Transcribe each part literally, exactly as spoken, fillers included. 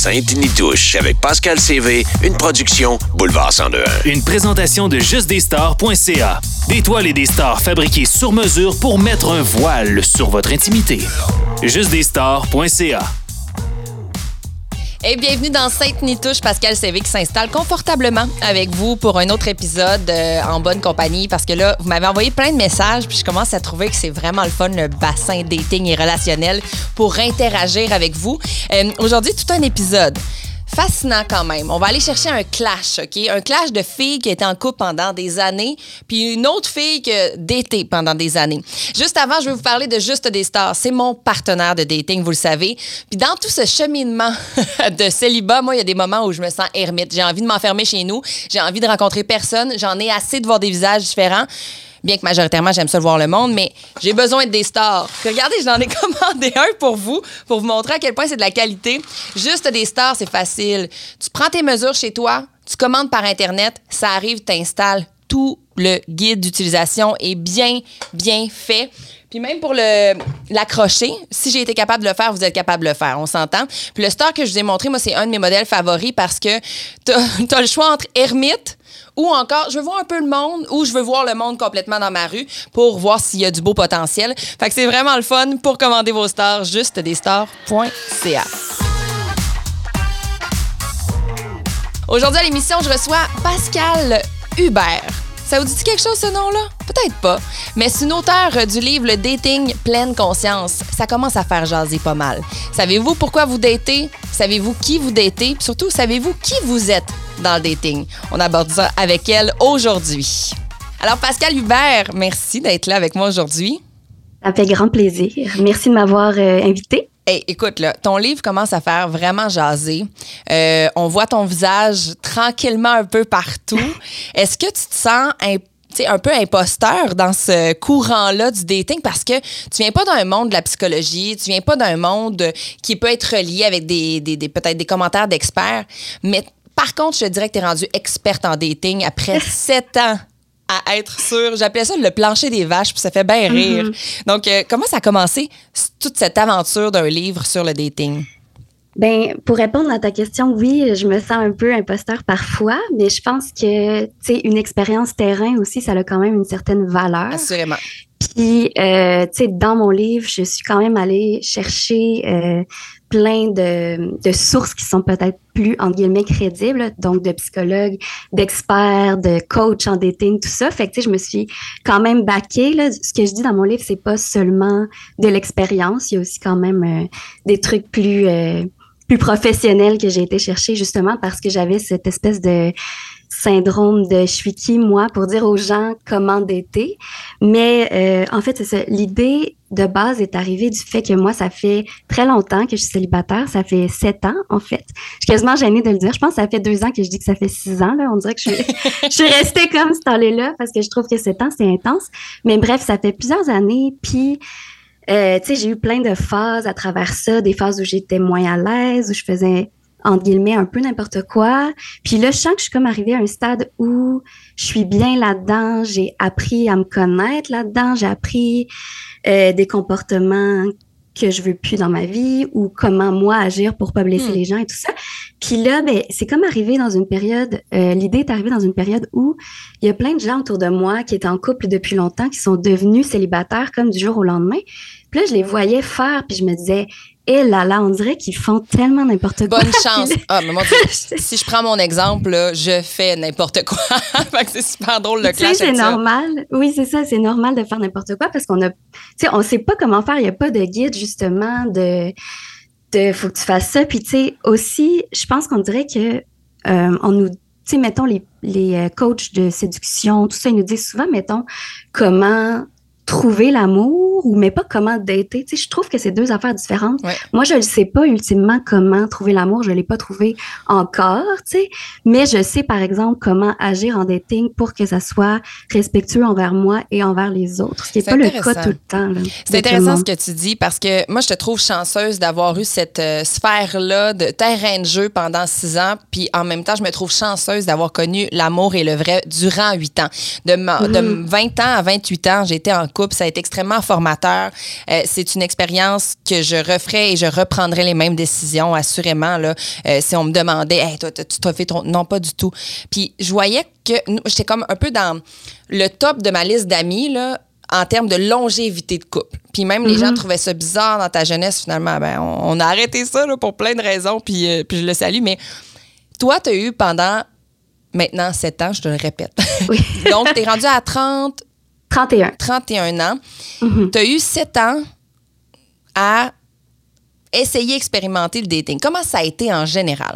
Sainte-Nitouche avec Pascal C V, une production Boulevard cent deux un. Une présentation de juste des stars point c a. Des toiles et des stars fabriquées sur mesure pour mettre un voile sur votre intimité. juste des stars point c a. Et bienvenue dans Sainte-Nitouche, Pascal C V qui s'installe confortablement avec vous pour un autre épisode euh, en bonne compagnie parce que là, vous m'avez envoyé plein de messages puis je commence à trouver que c'est vraiment le fun, le bassin dating et relationnel pour interagir avec vous. Euh, aujourd'hui, tout un épisode. Fascinant quand même. On va aller chercher un clash, OK? Un clash de filles qui étaient en couple pendant des années, puis une autre fille que daté pendant des années. Juste avant, je vais vous parler de Juste des stars. C'est mon partenaire de dating, vous le savez. Puis dans tout ce cheminement de célibat, moi, il y a des moments où je me sens ermite. J'ai envie de m'enfermer chez nous. J'ai envie de rencontrer personne. J'en ai assez de voir des visages différents. Bien que majoritairement, j'aime ça voir le monde, mais j'ai besoin de des stars. Puis regardez, j'en ai commandé un pour vous, pour vous montrer à quel point c'est de la qualité. Juste des stars, c'est facile. Tu prends tes mesures chez toi, tu commandes par Internet, ça arrive, t'installes. Tout le guide d'utilisation est bien, bien fait. Puis même pour le, l'accrocher, si j'ai été capable de le faire, vous êtes capable de le faire, on s'entend. Puis le star que je vous ai montré, moi, c'est un de mes modèles favoris parce que t'as, t'as le choix entre ermite ou encore, je veux voir un peu le monde ou je veux voir le monde complètement dans ma rue pour voir s'il y a du beau potentiel. Fait que c'est vraiment le fun pour commander vos stars, juste des stars point c a. Aujourd'hui à l'émission, je reçois Pascal Hubert. Ça vous dit quelque chose, ce nom-là? Peut-être pas. Mais c'est une auteure du livre Le dating pleine conscience. Ça commence à faire jaser pas mal. Savez-vous pourquoi vous datez? Savez-vous qui vous datez? Puis surtout, savez-vous qui vous êtes dans le dating? On aborde ça avec elle aujourd'hui. Alors, Pascal Hubert, merci d'être là avec moi aujourd'hui. Ça me fait grand plaisir. Merci de m'avoir euh, invitée. Hey, écoute, là, ton livre commence à faire vraiment jaser. Euh, on voit ton visage tranquillement un peu partout. Est-ce que tu te sens un, un peu imposteur dans ce courant-là du dating? Parce que tu viens pas d'un monde de la psychologie, tu viens pas d'un monde qui peut être relié avec des, des, des peut-être des commentaires d'experts. Mais par contre, je te dirais que tu es rendue experte en dating après sept ans. À être sûre. J'appelais ça le plancher des vaches, puis ça fait bien rire. Mm-hmm. Donc, euh, comment ça a commencé, toute cette aventure d'un livre sur le dating? Bien, pour répondre à ta question, oui, je me sens un peu imposteur parfois, mais je pense que, tu sais, une expérience terrain aussi, ça a quand même une certaine valeur. Assurément. Puis, euh, tu sais, dans mon livre, je suis quand même allée chercher euh, plein de, de sources qui sont peut-être plus, entre guillemets, crédibles, donc de psychologues, d'experts, de coachs en dating, tout ça. Fait que, tu sais, je me suis quand même baquée, là. Ce que je dis dans mon livre, c'est pas seulement de l'expérience, il y a aussi quand même euh, des trucs plus, euh, plus professionnels que j'ai été chercher, justement, parce que j'avais cette espèce de syndrome de je suis qui, moi, pour dire aux gens comment dater. Mais euh, en fait, c'est ça. L'idée de base est arrivée du fait que moi, ça fait très longtemps que je suis célibataire. Ça fait sept ans, en fait. Je suis quasiment gênée de le dire. Je pense que ça fait deux ans que je dis que ça fait six ans. Là. On dirait que je suis, je suis restée comme cette année-là parce que je trouve que sept ans, c'est intense. Mais bref, ça fait plusieurs années. Puis, euh, tu sais, j'ai eu plein de phases à travers ça. Des phases où j'étais moins à l'aise, où je faisais entre guillemets, un peu n'importe quoi. Puis là, je sens que je suis comme arrivée à un stade où je suis bien là-dedans. J'ai appris à me connaître là-dedans. J'ai appris euh, des comportements que je veux plus dans ma vie ou comment, moi, agir pour pas blesser mmh. les gens et tout ça. Puis là, ben, c'est comme arrivé dans une période, euh, l'idée est arrivée dans une période où il y a plein de gens autour de moi qui étaient en couple depuis longtemps, qui sont devenus célibataires comme du jour au lendemain. Puis là, je les voyais faire, puis je me disais... Et là, là, on dirait qu'ils font tellement n'importe quoi. Bonne chance. Ah, mais moi, si je prends mon exemple, là, je fais n'importe quoi. Fait que c'est super drôle le clash. Tu sais, c'est normal. Oui, c'est ça, c'est normal de faire n'importe quoi parce qu'on a, tu sais, on sait pas comment faire. Il y a pas de guide, justement, de, de, faut que tu fasses ça. Puis, tu sais, aussi, je pense qu'on dirait que, euh, on nous, tu sais, mettons, les, les coachs de séduction, tout ça, ils nous disent souvent, mettons, comment trouver l'amour ou mais pas comment dater. Tu sais, je trouve que c'est deux affaires différentes. Ouais. Moi, je ne sais pas ultimement comment trouver l'amour. Je ne l'ai pas trouvé encore, tu sais. Mais je sais, par exemple, comment agir en dating pour que ça soit respectueux envers moi et envers les autres. Ce qui n'est pas le cas tout le temps. Là, c'est intéressant ce que tu dis parce que moi, je te trouve chanceuse d'avoir eu cette euh, sphère-là de terrain de jeu pendant six ans. Puis en même temps, je me trouve chanceuse d'avoir connu l'amour et le vrai durant huit ans. De, mm-hmm. de vingt ans à vingt-huit ans, j'ai été en couple couple. Ça a été extrêmement formateur. Euh, c'est une expérience que je referais et je reprendrais les mêmes décisions, assurément, là, euh, si on me demandait, hey, toi, tu t'as fait ton... Non, pas du tout. Puis je voyais que j'étais comme un peu dans le top de ma liste d'amis, là, en termes de longévité de couple. Puis même, les mm-hmm. gens trouvaient ça bizarre dans ta jeunesse, finalement. Ben, on, on a arrêté ça là, pour plein de raisons, puis, euh, puis je le salue. Mais toi, tu as eu pendant, maintenant, sept ans, je te le répète. Oui. Donc, tu es rendu à trente... trente et un. trente et un ans. Mm-hmm. Tu as eu sept ans à essayer, expérimenter le dating. Comment ça a été en général?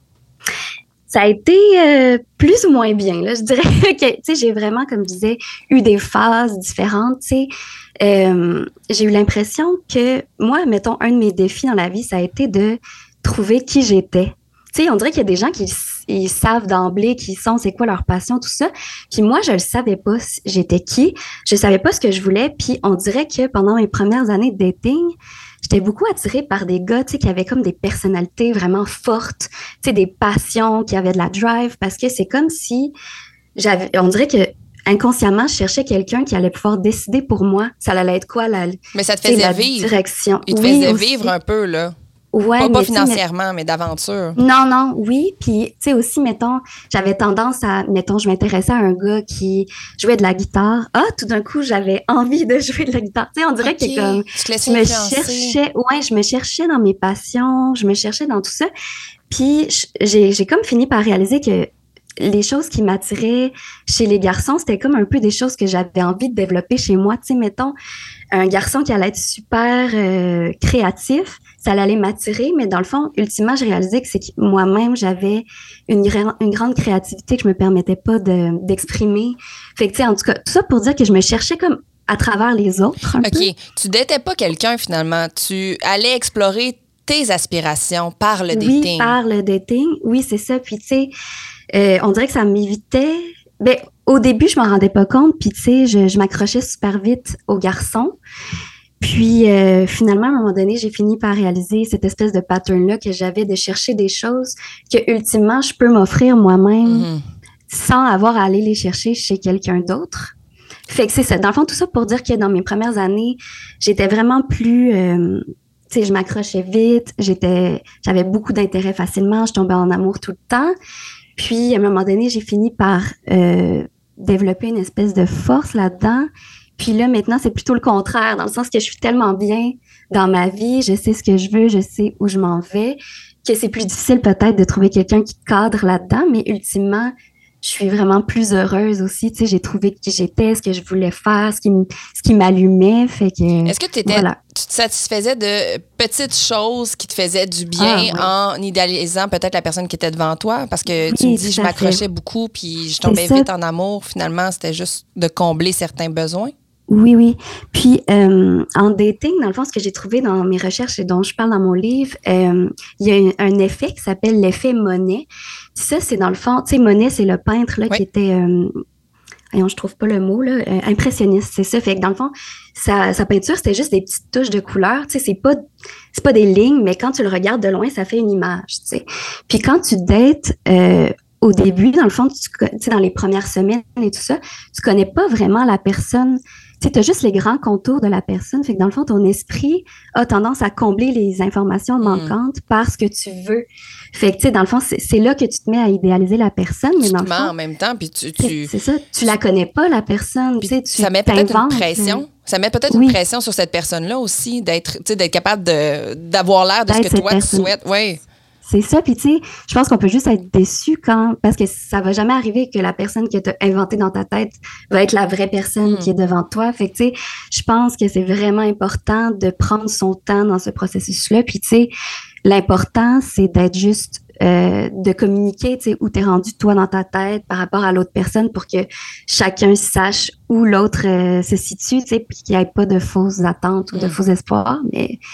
Ça a été euh, plus ou moins bien. Là. Je dirais que, tu sais, j'ai vraiment, comme je disais, eu des phases différentes. Tu sais, euh, j'ai eu l'impression que moi, mettons, un de mes défis dans la vie, ça a été de trouver qui j'étais. Tu sais, on dirait qu'il y a des gens qui ils savent d'emblée qui sont, c'est quoi leur passion, tout ça. Puis moi, je le savais pas, j'étais qui. Je savais pas ce que je voulais. Puis on dirait que pendant mes premières années de dating, j'étais beaucoup attirée par des gars, tu sais, qui avaient comme des personnalités vraiment fortes, tu sais, des passions, qui avaient de la drive, parce que c'est comme si j'avais, on dirait que inconsciemment, je cherchais quelqu'un qui allait pouvoir décider pour moi. Ça allait être quoi la, mais ça te faisait la vivre. Direction. Il te oui, faisait aussi. Vivre un peu, là. Ouais, pas, pas mais, financièrement, mais, mais d'aventure. Non, non, oui. Puis, tu sais, aussi, mettons, j'avais tendance à, mettons, je m'intéressais à un gars qui jouait de la guitare. Ah, tout d'un coup, j'avais envie de jouer de la guitare. Tu sais, on dirait okay. que comme, je me cherchais, ouais, je me cherchais dans mes passions, je me cherchais dans tout ça. Puis, j'ai, j'ai comme fini par réaliser que les choses qui m'attiraient chez les garçons, c'était comme un peu des choses que j'avais envie de développer chez moi. Tu sais, mettons, un garçon qui allait être super euh, créatif, ça allait m'attirer, mais dans le fond, ultimement, j'ai réalisé que c'est que moi-même, j'avais une, gra- une grande créativité que je me permettais pas de, d'exprimer. Fait que, tu sais, en tout cas, tout ça pour dire que je me cherchais comme à travers les autres. Un OK. peu. Tu datais pas quelqu'un, finalement. Tu allais explorer tes aspirations par le dating. Oui, par le dating. Oui, c'est ça. Puis, tu sais, euh, on dirait que ça m'évitait... Ben, au début, je m'en rendais pas compte, puis tu sais, je, je m'accrochais super vite aux garçons. Puis euh, finalement, à un moment donné, j'ai fini par réaliser cette espèce de pattern-là que j'avais de chercher des choses que ultimement, je peux m'offrir moi-même mm-hmm. sans avoir à aller les chercher chez quelqu'un d'autre. Fait que c'est ça. Dans le fond, tout ça pour dire que dans mes premières années, j'étais vraiment plus... Euh, tu sais, je m'accrochais vite, j'étais, j'avais beaucoup d'intérêt facilement, je tombais en amour tout le temps. Puis, à un moment donné, j'ai fini par euh, développer une espèce de force là-dedans. Puis là, maintenant, c'est plutôt le contraire, dans le sens que je suis tellement bien dans ma vie, je sais ce que je veux, je sais où je m'en vais, que c'est plus difficile peut-être de trouver quelqu'un qui cadre là-dedans, mais ultimement, je suis vraiment plus heureuse aussi. Tu sais, j'ai trouvé qui j'étais, ce que je voulais faire, ce qui, m- ce qui m'allumait. Fait que, Est-ce que t'étais, voilà. tu te satisfaisais de petites choses qui te faisaient du bien ah, ouais. en idéalisant peut-être la personne qui était devant toi? Parce que oui, tu me dis, je m'accrochais fait. beaucoup puis je tombais vite en amour. Finalement, c'était juste de combler certains besoins. Oui, oui. Puis, euh, en dating, dans le fond, ce que j'ai trouvé dans mes recherches et dont je parle dans mon livre, euh, il y a un, un effet qui s'appelle l'effet Monet. Ça, c'est dans le fond, tu sais, Monet, c'est le peintre là, oui. qui était, euh, voyons, je trouve pas le mot, là, euh, impressionniste, c'est ça. Fait que dans le fond, sa, sa peinture, c'était juste des petites touches de couleur. Tu sais, c'est pas, c'est pas des lignes, mais quand tu le regardes de loin, ça fait une image, tu sais. Puis quand tu dates, euh, au début, dans le fond, tu sais, dans les premières semaines et tout ça, tu connais pas vraiment la personne. Tu sais, t'as juste les grands contours de la personne. Fait que dans le fond, ton esprit a tendance à combler les informations manquantes mmh. par ce que tu veux. Fait que, tu sais, dans le fond, c'est, c'est là que tu te mets à idéaliser la personne. Mais tu dans te le mens fond, en même temps, puis tu... tu... C'est, c'est ça. Tu la connais pas, la personne. Tu sais, tu ça met peut-être une pression. Mais... Ça met peut-être oui. une pression sur cette personne-là aussi, d'être, tu sais, d'être capable de, d'avoir l'air de d'être ce que toi, personne. tu souhaites. Oui. C'est ça, puis tu sais, je pense qu'on peut juste être déçu quand, parce que ça va jamais arriver que la personne que tu as inventée dans ta tête va être la vraie personne mm. qui est devant toi. Fait que tu sais, je pense que c'est vraiment important de prendre son temps dans ce processus-là. Puis tu sais, l'important, c'est d'être juste, euh, de communiquer, tu sais, où t'es rendu toi dans ta tête par rapport à l'autre personne pour que chacun sache où l'autre euh, se situe, tu sais, puis qu'il n'y ait pas de fausses attentes ou mm. de faux espoirs. Mais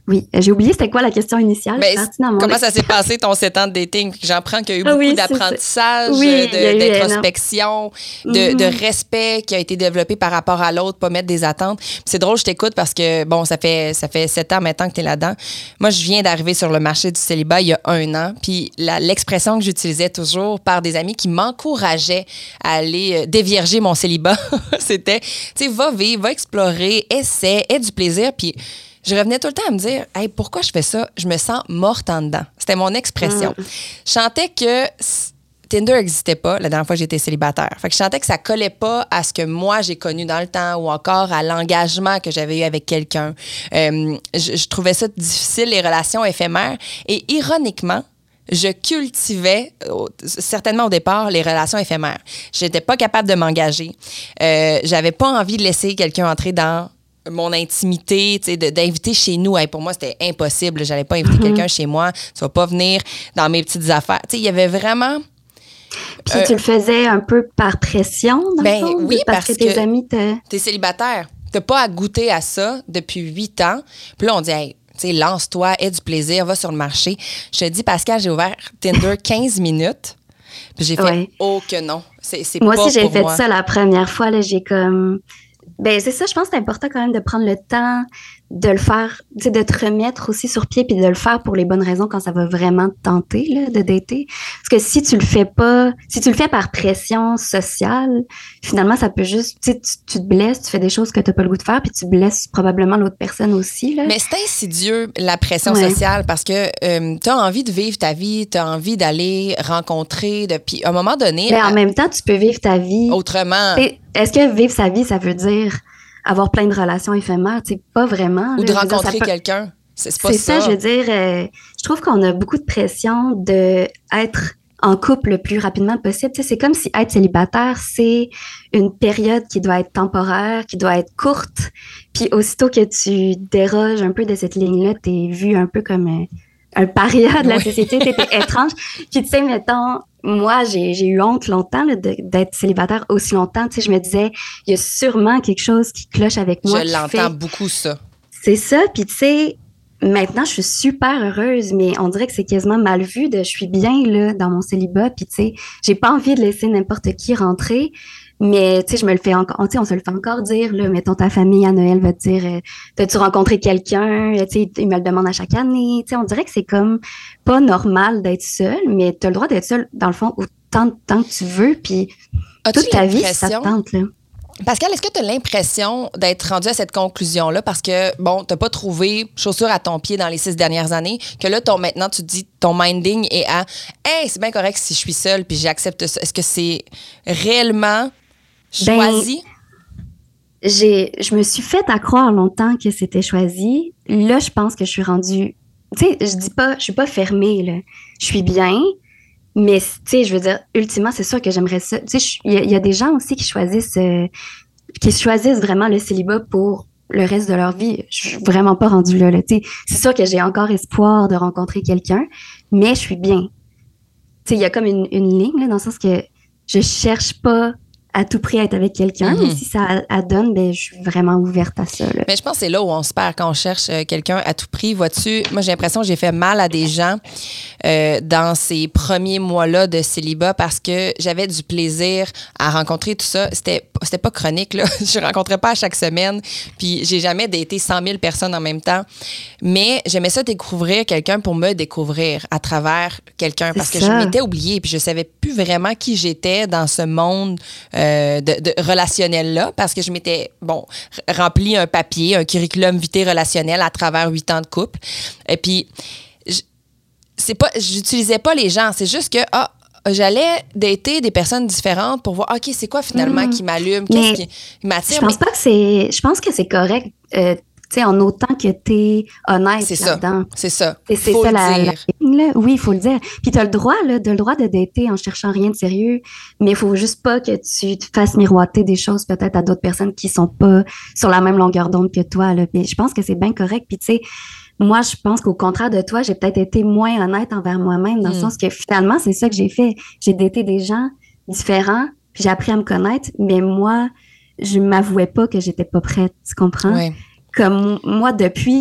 Oui, j'ai oublié c'était quoi la question initiale. Ben, mon comment ça s'est passé ton sept ans de dating? J'en prends qu'il y a eu beaucoup ah oui, d'apprentissage, oui, de, d'introspection, de, mm-hmm. de respect qui a été développé par rapport à l'autre, pas mettre des attentes. Puis c'est drôle, je t'écoute parce que, bon, ça fait ça fait sept ans maintenant que tu es là-dedans. Moi, je viens d'arriver sur le marché du célibat il y a un an. Puis la, l'expression que j'utilisais toujours par des amis qui m'encourageaient à aller dévierger mon célibat, c'était, tu sais, va vivre, va explorer, essaie, aie du plaisir. Puis je revenais tout le temps à me dire, hey, pourquoi je fais ça? Je me sens morte en dedans. C'était mon expression. Mm. Je sentais que Tinder n'existait pas la dernière fois que j'étais célibataire. Fait que je sentais que ça collait pas à ce que moi j'ai connu dans le temps ou encore à l'engagement que j'avais eu avec quelqu'un. Euh, je, je trouvais ça difficile, les relations éphémères. Et ironiquement, je cultivais, certainement au départ, les relations éphémères. J'étais pas capable de m'engager. Euh, j'avais pas envie de laisser quelqu'un entrer dans mon intimité, tu sais, de, d'inviter chez nous. Hey, pour moi, c'était impossible. J'allais pas inviter mm-hmm. quelqu'un chez moi. Tu vas pas venir dans mes petites affaires. Tu sais, il y avait vraiment... Puis euh, tu le faisais un peu par pression, dans ben, le fond? Oui, parce, parce que tes que amis te... t'es célibataire. T'as pas à goûter à ça depuis huit ans. Puis là, on dit, hey, tu sais, lance-toi, aie du plaisir, va sur le marché. Je te dis, Pascal, j'ai ouvert Tinder quinze minutes. Puis j'ai fait, ouais. oh que non. C'est, c'est moi pas aussi, j'ai pour fait moi. ça la première fois. Là, j'ai comme... Ben c'est ça, je pense que c'est important quand même de prendre le temps de le faire, tu sais, de te remettre aussi sur pied puis de le faire pour les bonnes raisons quand ça va vraiment te tenter là, de dater. Parce que si tu le fais pas, si tu le fais par pression sociale, finalement, ça peut juste, tu sais, tu, tu te blesses, tu fais des choses que tu n'as pas le goût de faire puis tu blesses probablement l'autre personne aussi. Là. Mais c'est insidieux, la pression ouais. sociale, parce que euh, tu as envie de vivre ta vie, tu as envie d'aller rencontrer, de, puis à un moment donné... Mais en à, même temps, tu peux vivre ta vie... Autrement. Est-ce que vivre sa vie, ça veut dire... avoir plein de relations éphémères, tu sais, pas vraiment. Ou là, de rencontrer dire, peut... quelqu'un. C'est, c'est pas c'est ça. ça, je veux dire, euh, je trouve qu'on a beaucoup de pression d'être en couple le plus rapidement possible. Tu sais, c'est comme si être célibataire, c'est une période qui doit être temporaire, qui doit être courte. Puis aussitôt que tu déroges un peu de cette ligne-là, t'es vu un peu comme un, un paria de la oui. société, t'es étrange. Puis tu sais, mettons... Moi, j'ai, j'ai eu honte longtemps là, de, d'être célibataire aussi longtemps. Tu sais, je me disais, il y a sûrement quelque chose qui cloche avec moi. Je l'entends fait... beaucoup, ça. C'est ça. Puis, tu sais, maintenant, je suis super heureuse, mais on dirait que c'est quasiment mal vu de je suis bien là, dans mon célibat. Puis, tu sais, j'ai pas envie de laisser n'importe qui rentrer. Mais, tu sais, je me le fais encore, tu sais, on se le fait encore dire, là, mettons, ta famille à Noël va te dire, euh, t'as-tu rencontré quelqu'un? Tu sais, ils me le demandent à chaque année. Tu sais, on dirait que c'est comme pas normal d'être seul, mais t'as le droit d'être seul, dans le fond, autant de temps que tu veux, puis As-tu toute ta vie, ça te tente, là. Pascal, est-ce que tu as l'impression d'être rendu à cette conclusion-là parce que, bon, tu n'as pas trouvé chaussure à ton pied dans les six dernières années, que là, ton, maintenant, tu te dis, ton minding est à « Hey, c'est bien correct si je suis seule puis j'accepte ça ». Est-ce que c'est réellement choisi? Ben, j'ai, je me suis fait à croire longtemps que c'était choisi. Là, je pense que je suis rendue... Tu sais, je dis pas, je suis pas fermée, là. Je suis bien, mais, tu sais, je veux dire, ultimement, c'est sûr que j'aimerais ça. Tu sais, il y, y a des gens aussi qui choisissent, euh, qui choisissent vraiment le célibat pour le reste de leur vie. Je suis vraiment pas rendue là, là. Tu sais, c'est sûr que j'ai encore espoir de rencontrer quelqu'un, mais je suis bien. Tu sais, il y a comme une, une ligne, là, dans le sens que je cherche pas à tout prix à être avec quelqu'un, mm-hmm. mais si ça à, à donne, ben, je suis vraiment ouverte à ça. Là. Mais je pense que c'est là où on se perd quand on cherche euh, quelqu'un à tout prix. Vois-tu, moi, j'ai l'impression que j'ai fait mal à des gens euh, dans ces premiers mois-là de célibat parce que j'avais du plaisir à rencontrer tout ça. C'était, c'était pas chronique, là. Je rencontrais pas à chaque semaine, puis j'ai jamais daté cent mille personnes en même temps. Mais j'aimais ça découvrir quelqu'un pour me découvrir à travers quelqu'un parce c'est que ça. je m'étais oubliée puis je savais plus vraiment qui j'étais dans ce monde euh, de, de relationnel-là parce que je m'étais, bon, rempli un papier, un curriculum vitae relationnel à travers huit ans de couple. Et puis, je, c'est pas, j'utilisais pas les gens, c'est juste que, ah, j'allais dater des personnes différentes pour voir, OK, c'est quoi finalement mmh. qui m'allume, qu'est-ce qui m'attire. Je pense mais... pas que c'est, je pense que c'est correct, euh, tu sais, en autant que t'es honnête c'est là-dedans. Ça, c'est ça. Et c'est faut ça le la, dire. la là. Oui, il faut le dire. Puis t'as le droit, là, de le droit de dater en cherchant rien de sérieux, mais il faut juste pas que tu te fasses miroiter des choses peut-être à d'autres personnes qui sont pas sur la même longueur d'onde que toi, là. Puis je pense que c'est bien correct. Puis tu sais, moi, je pense qu'au contraire de toi, j'ai peut-être été moins honnête envers moi-même, dans mm. le sens que finalement, c'est ça que j'ai fait. J'ai daté des gens différents, puis j'ai appris à me connaître, mais moi, je m'avouais pas que j'étais pas prête, tu comprends? Ouais. Comme moi, depuis,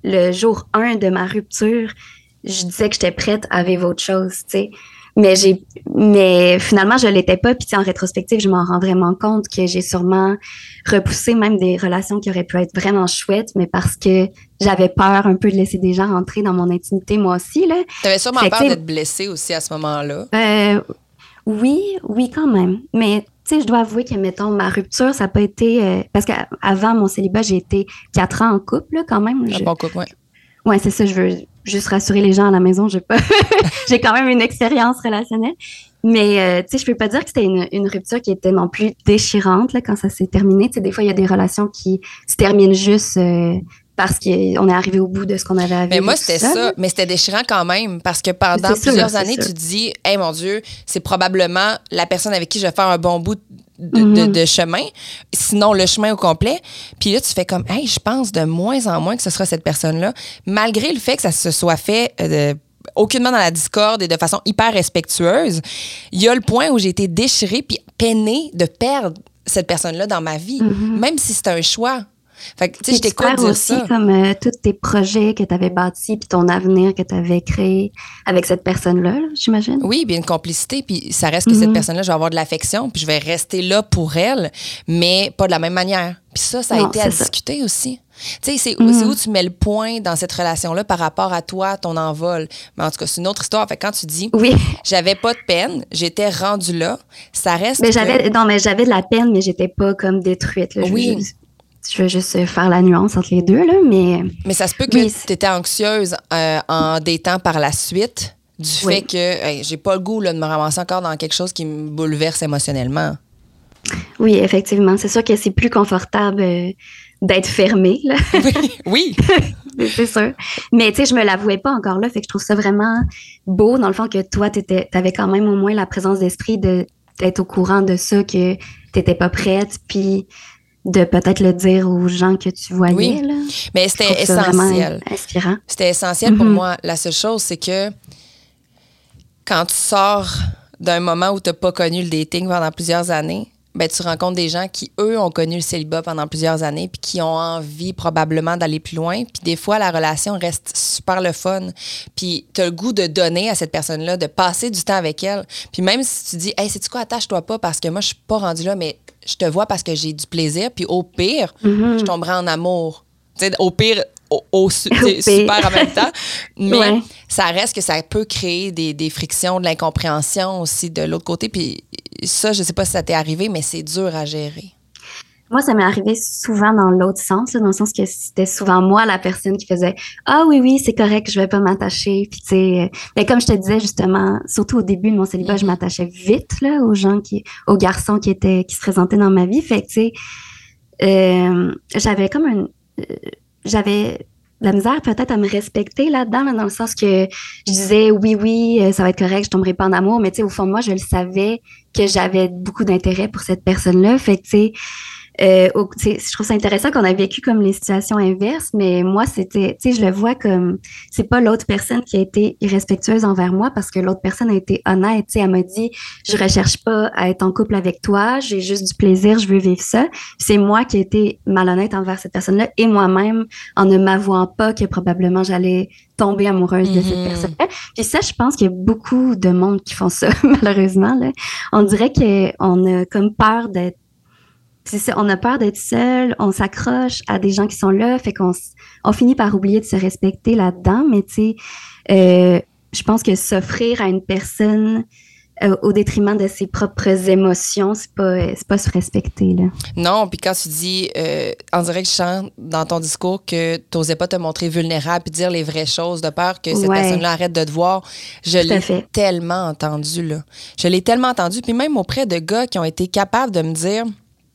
le jour un de ma rupture, je disais que j'étais prête à vivre autre chose, tu sais. Mais j'ai, mais finalement, je l'étais pas. Puis, en rétrospective, je m'en rends vraiment compte que j'ai sûrement repoussé même des relations qui auraient pu être vraiment chouettes, mais parce que j'avais peur un peu de laisser des gens rentrer dans mon intimité, moi aussi, là. T'avais sûrement Fait peur que, d'être blessée aussi à ce moment-là. Euh, oui, oui, quand même. Mais, tu sais, je dois avouer que, mettons, ma rupture, ça n'a pas été... Euh, parce qu'avant mon célibat, j'ai été quatre ans en couple, là, quand même. Un je, bon couple, oui. Ouais, c'est ça, je veux juste rassurer les gens à la maison, j'ai pas j'ai quand même une expérience relationnelle, mais euh, tu sais, je peux pas dire que c'était une, une rupture qui était non plus déchirante là quand ça s'est terminé. Tu sais, des fois il y a des relations qui se terminent juste euh, parce qu'on est arrivé au bout de ce qu'on avait à vivre. Mais moi, c'était ça. ça. Mais c'était déchirant quand même parce que pendant c'est plusieurs sûr, années, tu te dis, hey mon Dieu, c'est probablement la personne avec qui je vais faire un bon bout de, mm-hmm. de, de chemin, sinon le chemin au complet. Puis là, tu fais comme, hey, je pense de moins en moins que ce sera cette personne-là, malgré le fait que ça se soit fait euh, aucunement dans la discorde et de façon hyper respectueuse. Il y a le point où j'ai été déchirée puis peinée de perdre cette personne-là dans ma vie, mm-hmm. même si c'était un choix. Fait que, tu sais, je t'écoute dire aussi ça. Comme euh, tous tes projets que tu avais bâtis puis ton avenir que tu avais créé avec cette personne-là, là, j'imagine. Oui, bien une complicité. Puis ça reste que mm-hmm. cette personne-là, je vais avoir de l'affection puis je vais rester là pour elle, mais pas de la même manière. Puis ça, ça a non, été à ça. discuter aussi. Tu sais, c'est, mm-hmm. c'est où tu mets le point dans cette relation-là par rapport à toi, ton envol. Mais en tout cas, c'est une autre histoire. Fait que quand tu dis, oui. j'avais pas de peine, j'étais rendue là, ça reste mais que... j'avais, non, mais j'avais de la peine, mais j'étais pas comme détruite. Là. Oui. Je, je, Je veux juste faire la nuance entre les deux, là, mais... Mais ça se peut que oui, tu étais anxieuse euh, en datant par la suite du oui. fait que hey, j'ai pas le goût là, de me ramasser encore dans quelque chose qui me bouleverse émotionnellement. Oui, effectivement. C'est sûr que c'est plus confortable euh, d'être fermée, là. Oui. c'est, c'est sûr. Mais tu sais, je me l'avouais pas encore là, fait que je trouve ça vraiment beau, dans le fond, que toi, tu avais quand même au moins la présence d'esprit de, d'être au courant de ça, que t'étais pas prête, puis... de peut-être le dire aux gens que tu voyais. Oui, là. Mais c'était essentiel. Inspirant. C'était essentiel mm-hmm. pour moi. La seule chose, c'est que quand tu sors d'un moment où tu n'as pas connu le dating pendant plusieurs années, ben, tu rencontres des gens qui, eux, ont connu le célibat pendant plusieurs années puis qui ont envie probablement d'aller plus loin. Puis des fois, la relation reste super le fun. Puis tu as le goût de donner à cette personne-là, de passer du temps avec elle. Puis même si tu dis « Hey, sais-tu quoi, attache-toi pas parce que moi, je suis pas rendue là, mais je te vois parce que j'ai du plaisir. » Puis au pire, mm-hmm. je tomberai en amour. Tu sais, au pire, au, au, su- au super en même temps. Mais ouais. ça reste que ça peut créer des, des frictions, de l'incompréhension aussi de l'autre côté. Puis ça, je sais pas si ça t'est arrivé, mais c'est dur à gérer. Moi, ça m'est arrivé souvent dans l'autre sens, là, dans le sens que c'était souvent moi la personne qui faisait « Ah oui, oui, c'est correct, je vais pas m'attacher. » Puis tu sais, mais comme je te disais justement, surtout au début de mon célibat, mm-hmm. je m'attachais vite là, aux gens, qui, aux garçons qui étaient qui se présentaient dans ma vie. Fait que tu sais, euh, j'avais comme un... Euh, j'avais... la misère peut-être à me respecter là-dedans, là, dans le sens que je disais oui, oui, ça va être correct, je tomberai pas en amour, mais tu sais, au fond de moi, je le savais que j'avais beaucoup d'intérêt pour cette personne-là. Fait que tu sais, euh, je trouve ça intéressant qu'on a vécu comme les situations inverses, mais moi, c'était, tu sais, je le vois comme, c'est pas l'autre personne qui a été irrespectueuse envers moi parce que l'autre personne a été honnête, tu sais, elle m'a dit, je recherche pas à être en couple avec toi, j'ai juste du plaisir, je veux vivre ça. C'est moi qui ai été malhonnête envers cette personne-là et moi-même, en ne m'avouant pas que probablement j'allais tomber amoureuse mm-hmm. de cette personne-là. Puis ça, je pense qu'il y a beaucoup de monde qui font ça, malheureusement, là. On dirait qu'on a comme peur d'être C'est ça, on a peur d'être seul, on s'accroche à des gens qui sont là, fait qu'on on finit par oublier de se respecter là-dedans, mais tu sais, euh, je pense que s'offrir à une personne euh, au détriment de ses propres émotions, c'est pas, c'est pas se respecter, là. Non, puis quand tu dis, euh, on dirait que je sens dans ton discours que t'osais pas te montrer vulnérable puis dire les vraies choses de peur que cette ouais. personne-là arrête de te voir. Je Tout l'ai tellement entendu, là. Je l'ai tellement entendu, puis même auprès de gars qui ont été capables de me dire...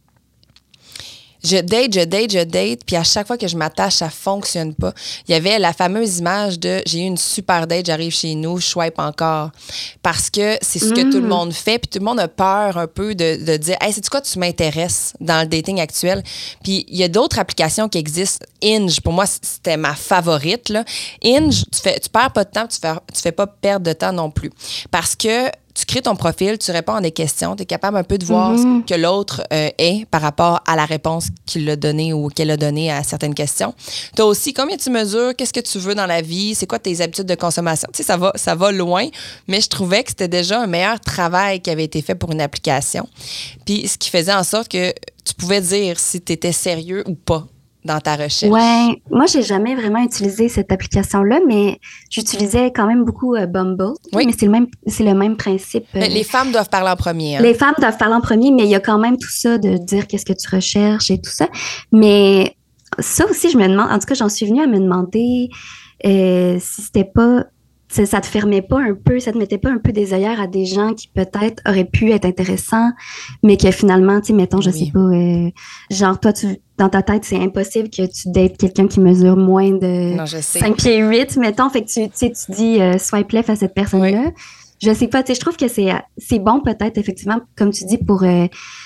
Je date, je date, je date, puis à chaque fois que je m'attache, ça fonctionne pas. Il y avait la fameuse image de « j'ai eu une super date, j'arrive chez nous, je swipe encore ». Parce que c'est ce que mmh. tout le monde fait, puis tout le monde a peur un peu de, de dire « Hey, sais-tu quoi, tu m'intéresses dans le dating actuel ». Puis il y a d'autres applications qui existent. Hinge, pour moi, c'était ma favorite, là. Hinge, tu fais, tu perds pas de temps, tu fais, tu fais pas perdre de temps non plus. Parce que tu crées ton profil, tu réponds à des questions, tu es capable un peu de voir Mm-hmm. ce que l'autre euh, est par rapport à la réponse qu'il a donnée ou qu'elle a donnée à certaines questions. Tu as aussi combien tu mesures, qu'est-ce que tu veux dans la vie, c'est quoi tes habitudes de consommation. Tu sais, ça va, ça va loin, mais je trouvais que c'était déjà un meilleur travail qui avait été fait pour une application. Puis ce qui faisait en sorte que tu pouvais dire si tu étais sérieux ou pas dans ta recherche. Ouais, moi, j'ai jamais vraiment utilisé cette application-là, mais j'utilisais quand même beaucoup euh, Bumble. Oui. Mais c'est le même, c'est le même principe. euh, Mais les femmes doivent parler en premier. Hein? Les femmes doivent parler en premier, mais il y a quand même tout ça de dire qu'est-ce que tu recherches et tout ça. Mais ça aussi, je me demande, en tout cas, j'en suis venue à me demander euh, si c'était pas, ça, ça te fermait pas un peu, ça te mettait pas un peu des œillères à des gens qui peut-être auraient pu être intéressants, mais que finalement, tu sais, mettons, je Oui. sais pas, euh, genre, toi, tu, dans ta tête, c'est impossible que tu dates quelqu'un qui mesure moins de Non, je sais. cinq pieds huit, mettons, fait que tu, tu sais, tu dis euh, swipe left à cette personne-là. Je sais pas, tu sais, je trouve que c'est, c'est bon peut-être, effectivement, comme tu dis, pour euh,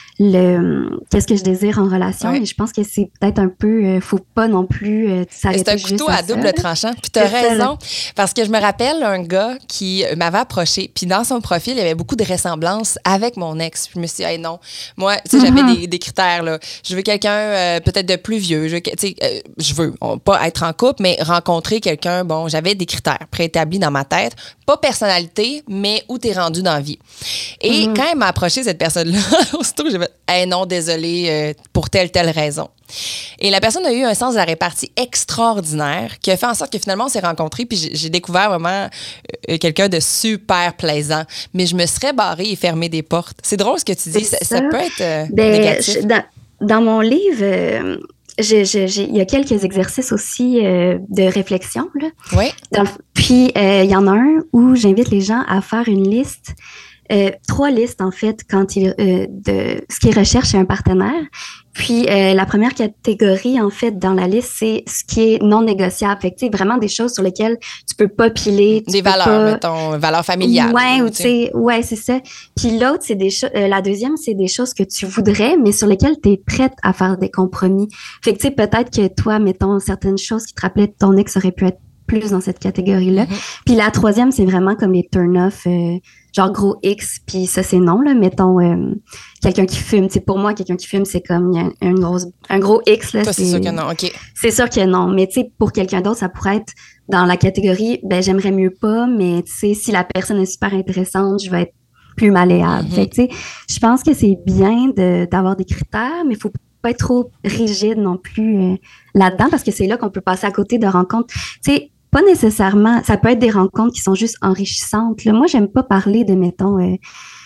le qu'est-ce que je désire en relation, Ouais. mais je pense que c'est peut-être un peu, euh, faut pas non plus euh, s'arrêter C'est un juste couteau à à ça. double tranchant. Puis t'as C'est ça, raison. Parce que je me rappelle un gars qui m'avait approché. Puis dans son profil, il y avait beaucoup de ressemblances avec mon ex. Puis je me suis dit, hey, non. Moi, tu sais, j'avais Mhm. des, des critères, là. Je veux quelqu'un euh, peut-être de plus vieux. Je veux, que- tu sais, euh, je veux on- pas être en couple, mais rencontrer quelqu'un. Bon, j'avais des critères préétablis dans ma tête. Pas personnalité, mais où t'es rendu dans la vie. Et Mhm. quand il m'a approché, cette personne-là, aussitôt, j'ai fait, hey, non, désolé, euh, pour telle, telle raison. Et la personne a eu un sens de la répartie extraordinaire qui a fait en sorte que finalement, on s'est rencontrés puis j'ai, j'ai découvert vraiment euh, quelqu'un de super plaisant. Mais je me serais barrée et fermé des portes. C'est drôle ce que tu dis. Ça, C'est ça ça. peut être euh, Ben, négatif. je- dans, dans mon livre, euh, j'ai- j'ai- j'ai- il y a quelques exercices aussi euh, de réflexion, là. Oui. Dans le- puis, euh, il y en a un où j'invite les gens à faire une liste, euh, trois listes en fait, quand ils, euh, de ce qu'ils recherchent chez un partenaire. Puis, euh, la première catégorie, en fait, dans la liste, c'est ce qui est non négociable. Fait que, tu sais, vraiment des choses sur lesquelles tu peux pas piler. tu Des peux valeurs, pas- mettons, valeurs familiales. Ouais, ou tu tu sais. sais, ouais, c'est ça. Puis l'autre, c'est des choses, euh, la deuxième, c'est des choses que tu voudrais, mais sur lesquelles tu es prête à faire des compromis. Fait que, tu sais, peut-être que toi, mettons, certaines choses qui te rappelaient de ton ex auraient pu être plus dans cette catégorie-là. Mm-hmm. Puis la troisième, c'est vraiment comme les turn-off, euh, genre gros X, puis ça, c'est non, là. Mettons, euh, quelqu'un qui fume. Tu sais, pour moi, quelqu'un qui fume, c'est comme il y a une grosse, un gros X, là. Toi, c'est sûr que non. OK. C'est sûr que non. Mais tu sais, pour quelqu'un d'autre, ça pourrait être dans la catégorie, ben j'aimerais mieux pas, mais tu sais, si la personne est super intéressante, je vais être plus malléable. Mhm. Fait que, tu sais, je pense que c'est bien de, d'avoir des critères, mais il faut pas être trop rigide non plus euh, là-dedans, parce que c'est là qu'on peut passer à côté de rencontres. Tu sais, pas nécessairement, ça peut être des rencontres qui sont juste enrichissantes. Là. Moi, j'aime pas parler de, mettons, euh,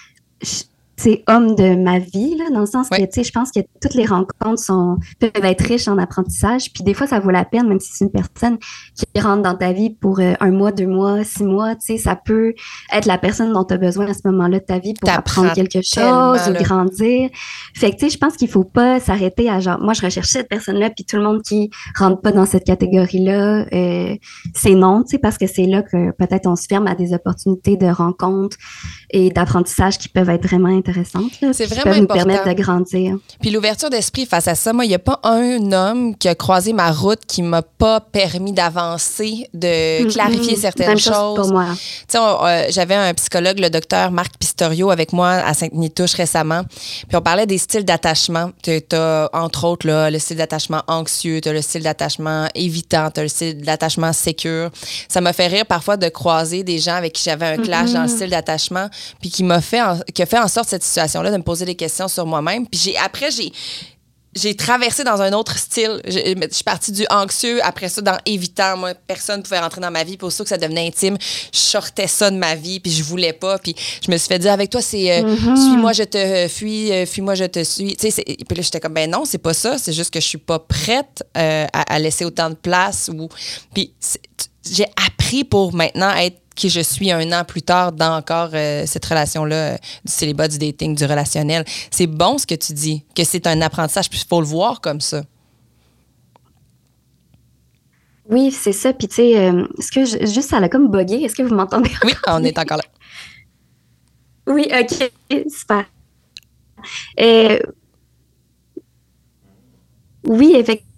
je- c'est homme de ma vie, là, dans le sens Ouais. que, tu sais, je pense que toutes les rencontres sont, peuvent être riches en apprentissage. Puis des fois, ça vaut la peine, même si c'est une personne qui rentre dans ta vie pour euh, un mois, deux mois, six mois, tu sais, ça peut être la personne dont tu as besoin à ce moment-là de ta vie pour T'apprends apprendre quelque tellement, chose ou là. grandir. Fait que, tu sais, je pense qu'il faut pas s'arrêter à genre, moi, je recherche cette personne-là, puis tout le monde qui rentre pas dans cette catégorie-là, euh, c'est non, tu sais, parce que c'est là que peut-être on se ferme à des opportunités de rencontres et d'apprentissage qui peuvent être vraiment intéressantes, là, C'est puis qui vraiment peuvent nous important. permettre de grandir. Puis l'ouverture d'esprit face à ça, moi, il n'y a pas un homme qui a croisé ma route qui m'a pas permis d'avancer, de clarifier Mhm. certaines Même chose choses. pour moi. Tu sais, on- euh, j'avais un psychologue, le docteur Marc Pistorio, avec moi à Sainte-Nitouche récemment. Puis on parlait des styles d'attachement. Tu as, entre autres, là, le style d'attachement anxieux, tu as le style d'attachement évitant, tu as le style d'attachement sécure. Ça m'a fait rire parfois de croiser des gens avec qui j'avais un clash Mhm. dans le style d'attachement, puis qui m'a fait, en, qui a fait en sorte cette situation-là de me poser des questions sur moi-même. Puis j'ai, après, j'ai j'ai traversé dans un autre style. Je, je suis partie du anxieux, après ça, dans évitant. Moi, personne ne pouvait rentrer dans ma vie. Puis aussitôt que ça devenait intime, je sortais ça de ma vie, puis je voulais pas. Puis je me suis fait dire, avec toi, c'est euh, Mm-hmm. suis-moi, je te fuis, euh, fuis-moi, je te suis. Tu sais, c'est- puis là, j'étais comme, ben non, c'est pas ça. C'est juste que je suis pas prête euh, à, à laisser autant de place. Ou... Puis c'est- j'ai appris pour maintenant être qui je suis un an plus tard dans encore euh, cette relation-là, euh, du célibat, du dating, du relationnel. C'est bon ce que tu dis, que c'est un apprentissage, puis il faut le voir comme ça. Oui, c'est ça. Puis, tu sais, euh, est-ce que je- juste ça l'a comme bugué? Est-ce que vous m'entendez? Oui, on est encore là. Oui, OK, super. Euh, oui, effectivement.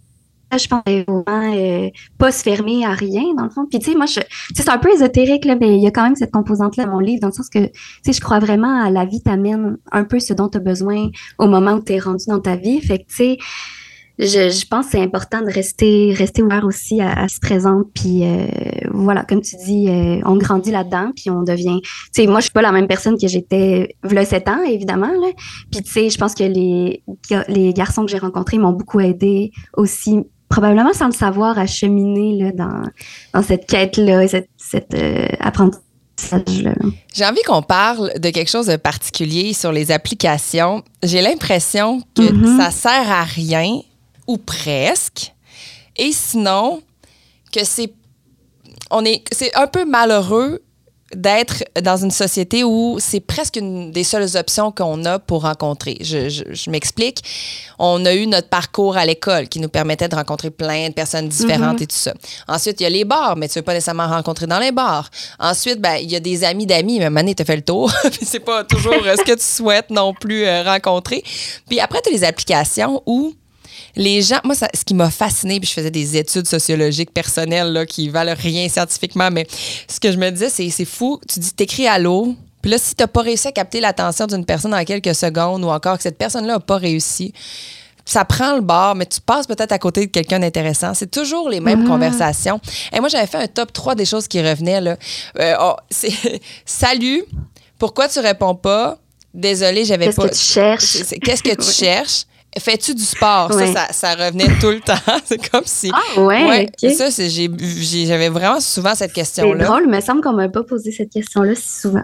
je pense qu'il faut vraiment euh, pas se fermer à rien, dans le fond. Puis, tu sais, moi, je, c'est un peu ésotérique, là, mais il y a quand même cette composante-là dans mon livre, dans le sens que, tu sais, je crois vraiment à la vie t'amène un peu ce dont tu as besoin au moment où tu es rendu dans ta vie. Fait que, tu sais, je, je pense que c'est important de rester, rester ouvert aussi à, à ce présent. Puis, euh, voilà, comme tu dis, euh, on grandit là-dedans, puis on devient... Tu sais, moi, je suis pas la même personne que j'étais v'là sept ans, évidemment, là. Puis, tu sais, je pense que les, les garçons que j'ai rencontrés m'ont beaucoup aidé aussi, probablement sans le savoir, à cheminer là, dans, dans cette quête-là, cette, cette euh, apprentissage-là. J'ai envie qu'on parle de quelque chose de particulier sur les applications. J'ai l'impression que mm-hmm. ça sert à rien, ou presque, et sinon, que c'est, on est, c'est un peu malheureux d'être dans une société où c'est presque une des seules options qu'on a pour rencontrer. Je, je, je m'explique. On a eu notre parcours à l'école qui nous permettait de rencontrer plein de personnes différentes mm-hmm. et tout ça. Ensuite, il y a les bars, mais tu ne veux pas nécessairement rencontrer dans les bars. Ensuite, ben, il y a des amis d'amis, mais à un moment donné, tu as fait le tour. Puis c'est pas toujours ce que tu souhaites non plus euh, rencontrer. Puis après, tu as les applications où les gens, moi, ça, ce qui m'a fascinée, puis je faisais des études sociologiques personnelles là, qui valent rien scientifiquement, mais ce que je me disais, c'est, c'est fou. Tu dis, t'écris allô, puis là, si t'as pas réussi à capter l'attention d'une personne en quelques secondes, ou encore que cette personne-là a pas réussi, ça prend le bord, mais tu passes peut-être à côté de quelqu'un d'intéressant. C'est toujours les mêmes mmh. conversations. Et moi, j'avais fait un top trois des choses qui revenaient. Là. Euh, oh, c'est salut, pourquoi tu réponds pas? Désolée, j'avais Qu'est-ce pas... Qu'est-ce que tu cherches? C'est, c'est, qu'est-ce que tu oui. cherches? Fais-tu du sport? Ouais. Ça, ça, ça revenait tout le temps. C'est comme si... Ah ouais, ouais OK. Ça, c'est, j'ai, j'ai, j'avais vraiment souvent cette question-là. C'est drôle, il me semble qu'on m'a pas posé cette question-là si souvent.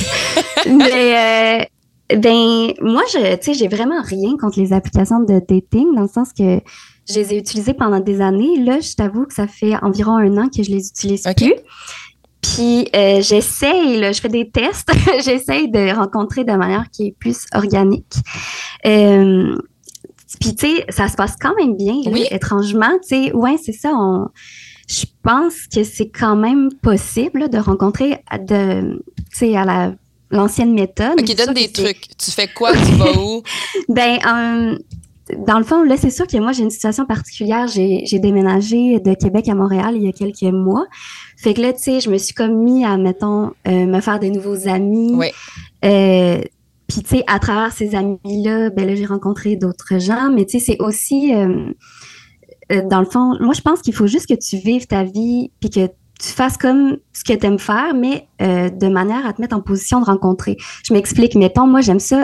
Mais, euh, ben, moi, je, tu sais, j'ai vraiment rien contre les applications de dating, dans le sens que je les ai utilisées pendant des années. Là, je t'avoue que ça fait environ un an que je les utilise okay. plus. Puis, euh, j'essaye, là, je fais des tests. J'essaye de rencontrer de manière qui est plus organique. Euh, Puis, tu sais, ça se passe quand même bien, oui. là, étrangement. Tu sais, ouais, c'est ça. On, je pense que c'est quand même possible là, de rencontrer, de, tu sais, à la, l'ancienne méthode. OK, donne des trucs. C'est... Tu fais quoi? Tu vas où? ben, euh, dans le fond, là, c'est sûr que moi, j'ai une situation particulière. J'ai, j'ai déménagé de Québec à Montréal il y a quelques mois. Fait que là, tu sais, je me suis comme mis à, mettons, euh, me faire des nouveaux amis. Oui. Euh, Puis, tu sais, à travers ces amis-là, ben là, j'ai rencontré d'autres gens. Mais, tu sais, c'est aussi, euh, euh, dans le fond, moi, je pense qu'il faut juste que tu vives ta vie puis que tu fasses comme ce que tu aimes faire, mais euh, de manière à te mettre en position de rencontrer. Je m'explique. Mettons, moi, j'aime ça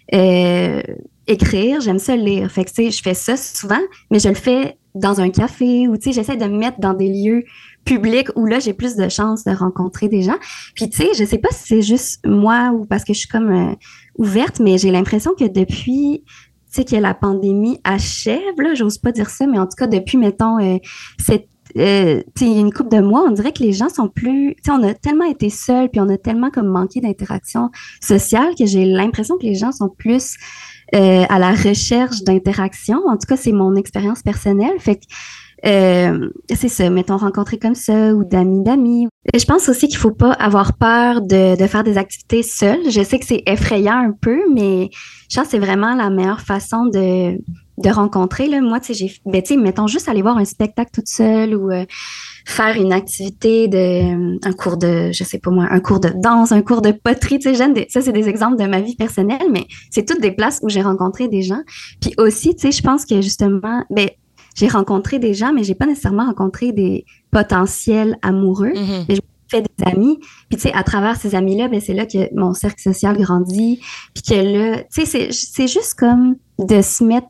euh, écrire, j'aime ça lire. Fait que, tu sais, je fais ça souvent, mais je le fais dans un café ou, tu sais, j'essaie de me mettre dans des lieux public où là, j'ai plus de chances de rencontrer des gens. Puis, tu sais, je sais pas si c'est juste moi ou parce que je suis comme euh, ouverte, mais j'ai l'impression que depuis, tu sais, que la pandémie achève, là, j'ose pas dire ça, mais en tout cas, depuis, mettons, euh, cette, euh, tu sais, il y a une couple de mois, on dirait que les gens sont plus, tu sais, on a tellement été seuls, puis on a tellement comme manqué d'interaction sociale que j'ai l'impression que les gens sont plus euh, à la recherche d'interaction. En tout cas, c'est mon expérience personnelle. Fait que Euh, c'est ça, mettons, rencontrer comme ça ou d'amis d'amis. Je pense aussi qu'il faut pas avoir peur de, de faire des activités seules. Je sais que c'est effrayant un peu, mais je pense que c'est vraiment la meilleure façon de, de rencontrer. Là. Moi, tu sais, j'ai, ben, tu sais, mettons juste aller voir un spectacle toute seule ou euh, faire une activité de, un cours de, je sais pas moi, un cours de danse, un cours de poterie. Tu sais, j'aime des, ça, c'est des exemples de ma vie personnelle, mais c'est toutes des places où j'ai rencontré des gens. Puis aussi, tu sais, je pense que justement, ben, j'ai rencontré des gens, mais j'ai pas nécessairement rencontré des potentiels amoureux. Mm-hmm. Mais j'ai fait des amis. Puis, tu sais, à travers ces amis-là, ben, c'est là que mon cercle social grandit. Puis que là, tu sais, c'est, c'est juste comme de se mettre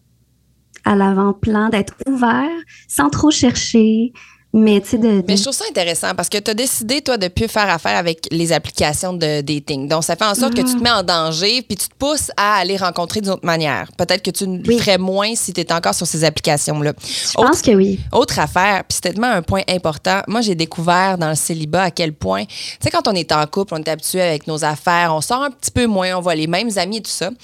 à l'avant-plan, d'être ouvert sans trop chercher. Mais, tu sais, de, de... Mais je trouve ça intéressant parce que tu as décidé, toi, de plus faire affaire avec les applications de dating. Donc, ça fait en sorte mm-hmm. que tu te mets en danger puis tu te pousses à aller rencontrer d'une autre manière. Peut-être que tu le oui. ferais moins si tu étais encore sur ces applications-là. Je autre, pense que oui. Autre affaire, puis c'est tellement un point important. Moi, j'ai découvert dans le célibat à quel point, tu sais, quand on est en couple, on est habitué avec nos affaires, on sort un petit peu moins, on voit les mêmes amis et tout ça.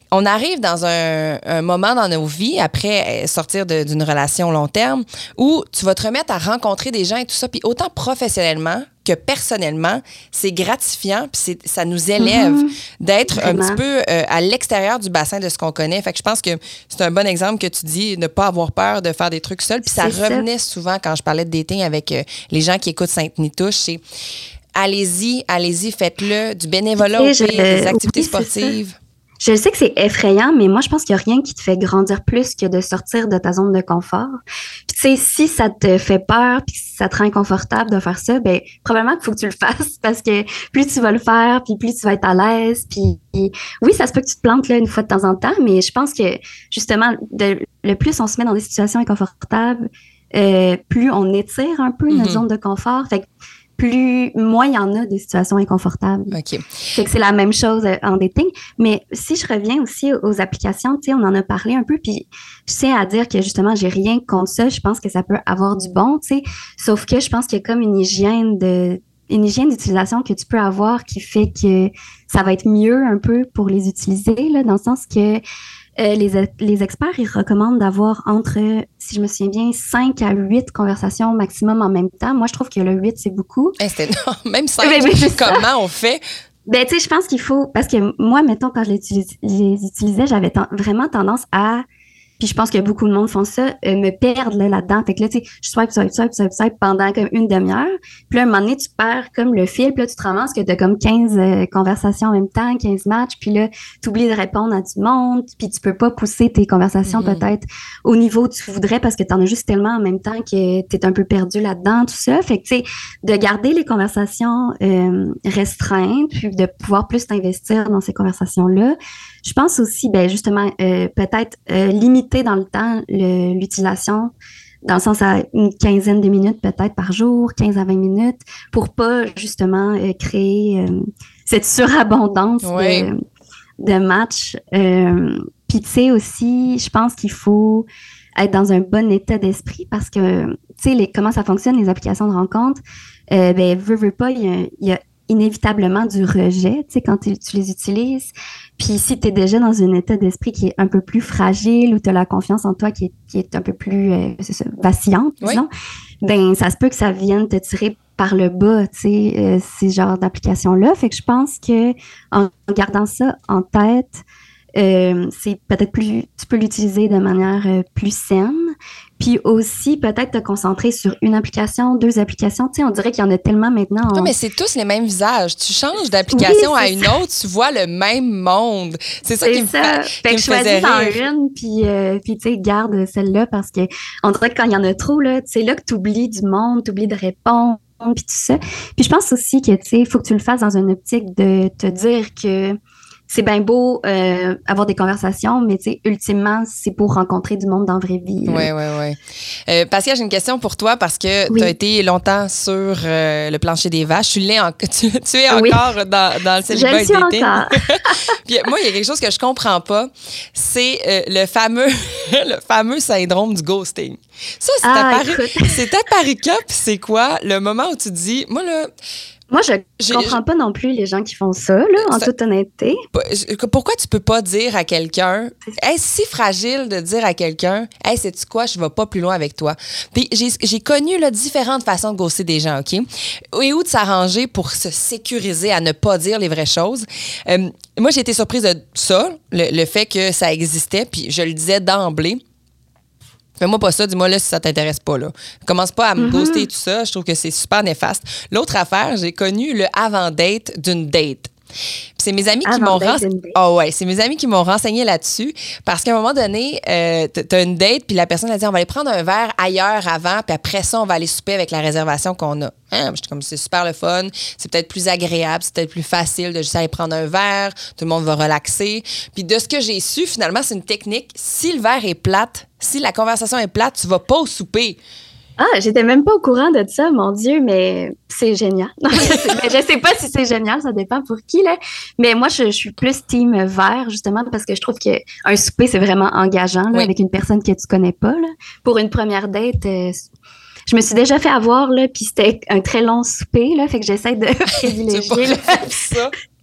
on arrive dans un, un moment dans nos vies, après sortir de, d'une relation long terme, où tu vas te remettre à rencontrer des gens et tout ça, puis autant professionnellement que personnellement, c'est gratifiant, puis c'est, ça nous élève mm-hmm. d'être Vraiment. un petit peu euh, à l'extérieur du bassin de ce qu'on connaît. Fait que je pense que c'est un bon exemple que tu dis, ne pas avoir peur de faire des trucs seul. Puis ça c'est revenait ça. souvent quand je parlais de dating avec euh, les gens qui écoutent Sainte-Nitouche, c'est allez-y, allez-y, faites-le, du bénévolat au pire, des activités oui, sportives. Je sais que c'est effrayant, mais moi, je pense qu'il n'y a rien qui te fait grandir plus que de sortir de ta zone de confort. Puis, tu sais, si ça te fait peur puis si ça te rend inconfortable de faire ça, ben probablement qu'il faut que tu le fasses parce que plus tu vas le faire, puis plus tu vas être à l'aise. Puis, oui, ça se peut que tu te plantes là une fois de temps en temps, mais je pense que, justement, de, le plus on se met dans des situations inconfortables, euh, plus on étire un peu mm-hmm. notre zone de confort. Fait que, plus, moins il y en a des situations inconfortables. OK. Fait que c'est la même chose en dating. Mais si je reviens aussi aux applications, tu sais, on en a parlé un peu, puis je tiens à dire que justement, j'ai rien contre ça. Je pense que ça peut avoir du bon, tu sais. Sauf que je pense qu'il y a comme une hygiène de, une hygiène d'utilisation que tu peux avoir qui fait que ça va être mieux un peu pour les utiliser, là, dans le sens que Euh, les, les experts, ils recommandent d'avoir entre, si je me souviens bien, cinq à huit conversations maximum en même temps. Moi, je trouve que le huit, c'est beaucoup. Hey, c'est énorme. Même cinq, mais, mais comment ça. on fait? Ben, tu sais, je pense qu'il faut... Parce que moi, mettons, quand je les, utilis, les utilisais, j'avais ten, vraiment tendance à... Puis je pense que beaucoup de monde font ça, euh, me perdre là, là-dedans. Fait que là, tu sais, je swipe, swipe, swipe, swipe, swipe pendant comme une demi-heure. Puis là, à un moment donné, tu perds comme le fil. Puis là, tu te ramasses que tu as comme quinze euh, conversations en même temps, quinze matchs. Puis là, tu oublies de répondre à du monde. Puis tu peux pas pousser tes conversations mm-hmm. peut-être au niveau où tu voudrais parce que tu en as juste tellement en même temps que tu es un peu perdu là-dedans, tout ça. Fait que, tu sais, de garder les conversations euh, restreintes, puis de pouvoir plus t'investir dans ces conversations-là. Je pense aussi, ben justement, euh, peut-être euh, limiter dans le temps le, l'utilisation, dans le sens à une quinzaine de minutes peut-être par jour, quinze à vingt minutes, pour pas justement euh, créer euh, cette surabondance oui. de, de matchs. Euh, Puis tu sais aussi, je pense qu'il faut être dans un bon état d'esprit parce que, tu sais, les, comment ça fonctionne, les applications de rencontres, euh, ben, veux, veux pas, il y a, il y a inévitablement du rejet, tu sais, quand tu, tu les utilises. Puis si tu es déjà dans un état d'esprit qui est un peu plus fragile ou tu as la confiance en toi qui est, qui est un peu plus euh, c'est ça, vacillante, oui. disons, ben ça se peut que ça vienne te tirer par le bas, tu sais, euh, ces genres d'applications-là. Fait que je pense que en gardant ça en tête, euh, c'est peut-être plus, tu peux l'utiliser de manière euh, plus saine. Puis aussi, peut-être te concentrer sur une application, deux applications. Tu sais, on dirait qu'il y en a tellement maintenant. On... Oui, mais c'est tous les mêmes visages. Tu changes d'application oui, à une ça. autre, tu vois le même monde. C'est ça c'est qui me, fa... fait qui que me faisait rire. Choisis en une, puis, euh, puis tu sais, garde celle-là parce que on dirait que quand il y en a trop, là, c'est là que tu oublies du monde, tu oublies de répondre, puis tout ça. Puis je pense aussi que, tu sais, il faut que tu le fasses dans une optique de te dire que c'est bien beau euh, avoir des conversations, mais tu sais, ultimement, c'est pour rencontrer du monde dans la vraie vie. Oui, oui, oui. Euh, Pascal, j'ai une question pour toi parce que oui. tu as été longtemps sur euh, le plancher des vaches. Tu, l'es en... tu, tu es encore oui. dans, dans le célibat. Je le suis encore. Puis moi, il y a quelque chose que je comprends pas, c'est euh, le fameux le fameux syndrome du ghosting. Ça, c'est ah, apparu, c'est apparu quand, puis c'est quoi le moment où tu dis, moi là... Moi, je J'ai, comprends je... pas non plus les gens qui font ça, là, en ça, toute honnêteté. Pourquoi tu peux pas dire à quelqu'un, est-ce si fragile de dire à quelqu'un, hey, sais-tu quoi, je vais pas plus loin avec toi. Puis j'ai, j'ai connu là, différentes façons de ghoster des gens, OK? Et où de s'arranger pour se sécuriser à ne pas dire les vraies choses. Euh, moi, j'ai été surprise de ça, le, le fait que ça existait, puis je le disais d'emblée. Fais-moi pas ça, dis-moi là si ça t'intéresse pas. Là. Commence pas à me mm-hmm. ghoster et tout ça. Je trouve que c'est super néfaste. L'autre affaire, j'ai connu le avant-date d'une date. Puis c'est mes amis qui m'ont renseigné. Oh ouais, c'est mes amis qui m'ont renseigné là-dessus parce qu'à un moment donné, euh, t'as une date puis la personne a dit on va aller prendre un verre ailleurs avant puis après ça on va aller souper avec la réservation qu'on a. Hein? J'étais comme c'est super le fun, c'est peut-être plus agréable, c'est peut-être plus facile de juste aller prendre un verre, tout le monde va relaxer. Puis de ce que j'ai su finalement, c'est une technique. Si le verre est plate, si la conversation est plate, tu vas pas au souper. Ah, j'étais même pas au courant de ça, mon Dieu, mais c'est génial. Non, je, sais, je sais pas si c'est génial, ça dépend pour qui, là. Mais moi, je, je suis plus team vert, justement, parce que je trouve qu'un souper, c'est vraiment engageant, là, oui. avec une personne que tu connais pas, là. Pour une première date, euh, je me suis déjà fait avoir, là, puis c'était un très long souper, là, fait que j'essaie de privilégier. ça.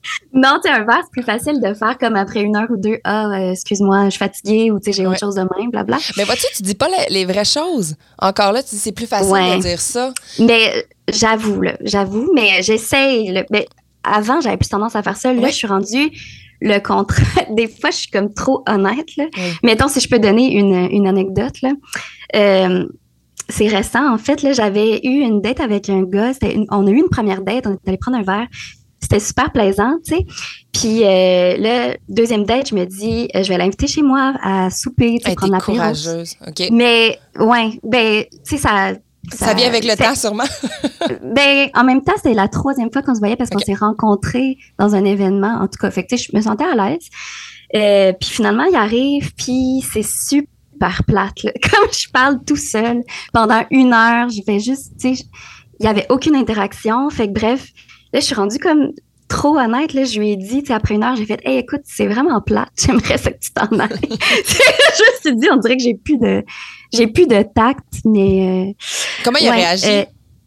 Non, tu sais, un verre, c'est plus facile de faire comme après une heure ou deux. Ah, euh, excuse-moi, je suis fatiguée ou tu sais, j'ai ouais. autre chose de même, blabla. Mais vois-tu, tu dis pas les, les vraies choses. Encore là, tu dis c'est plus facile Ouais. de dire ça. Mais j'avoue, là, j'avoue, mais j'essaye. Là, mais avant, j'avais plus tendance à faire ça. Là, Ouais. je suis rendue le contraire. Des fois, je suis comme trop honnête. Là. Oui. Mettons, si je peux donner une, une anecdote, là. Euh, c'est récent, en fait. Là, j'avais eu une date avec un gars. C'était une- on a eu une première date. On est allé prendre un verre. C'était super plaisant, tu sais. Puis euh, là, deuxième date, je me dis, euh, je vais l'inviter chez moi à souper, tu sais, Hey, prendre t'es l'apéro. courageuse. OK. Mais, ouais, ben, tu sais, ça... Ça, vient avec le c'est- temps, sûrement. Ben, en même temps, c'est la troisième fois qu'on se voyait parce qu'on Ok. s'est rencontrés dans un événement, en tout cas. Fait que, tu sais, je me sentais à l'aise. Euh, puis finalement, il arrive, puis c'est super plate, là. Comme je parle tout seul pendant une heure, je fais juste, tu sais, il y avait aucune interaction. Fait que bref, là, je suis rendue comme trop honnête, là. Je lui ai dit, tu sais, après une heure, j'ai fait, hey, écoute, c'est vraiment plate. J'aimerais ça que tu t'en ailles. je me suis dit, on dirait que j'ai plus de, j'ai plus de tact, mais, euh, Comment il a ouais, réagi? euh,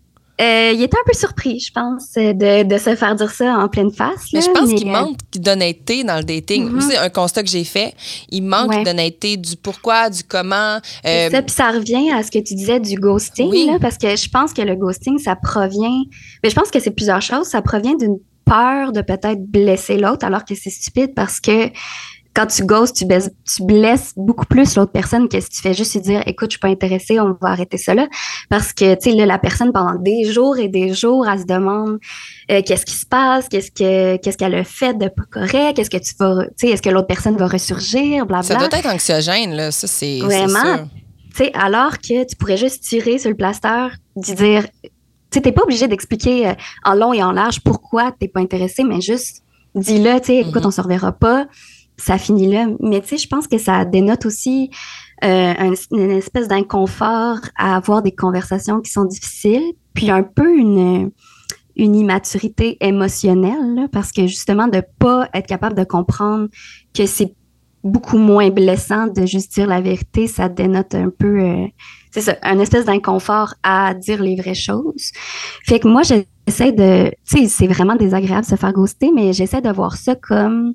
euh, il était un peu surpris, je pense, de, de se faire dire ça en pleine face. Mais là, je pense mais, qu'il euh, manque d'honnêteté dans le dating. Mhm. Moi, c'est un constat que j'ai fait. Il manque Ouais. d'honnêteté du pourquoi, du comment. c'est Euh, ça, puis ça revient à ce que tu disais du ghosting, Oui. là, parce que je pense que le ghosting, ça provient... Mais je pense que c'est plusieurs choses. Ça provient d'une peur de peut-être blesser l'autre, alors que c'est stupide parce que quand tu ghostes, tu blesses, tu blesses beaucoup plus l'autre personne que si tu fais juste lui dire « Écoute, je suis pas intéressée, on va arrêter ça là. » Parce que, tu sais, là, la personne, pendant des jours et des jours, elle se demande euh, qu'est-ce qui se passe, qu'est-ce que qu'est-ce qu'elle a fait de pas correct, qu'est-ce que tu vas... Tu sais, est-ce que l'autre personne va ressurgir, blablabla. ça doit être anxiogène, là. Ça, c'est c'est Vraiment. sûr. Tu sais, alors que tu pourrais juste tirer sur le plaster, d'y dire... Tu sais, t'es pas obligé d'expliquer euh, en long et en large pourquoi t'es pas intéressé, mais juste dis-le, tu sais, écoute, Mhm. on se reverra pas, ça finit là. Mais tu sais, je pense que ça dénote aussi euh, un- une espèce d'inconfort à avoir des conversations qui sont difficiles, puis un peu une, une immaturité émotionnelle, là, parce que justement, de pas être capable de comprendre que c'est beaucoup moins blessant de juste dire la vérité, ça dénote un peu... euh, c'est ça, un espèce d'inconfort à dire les vraies choses. Fait que moi, j'essaie de... Tu sais, c'est vraiment désagréable de se faire ghoster, mais j'essaie de voir ça comme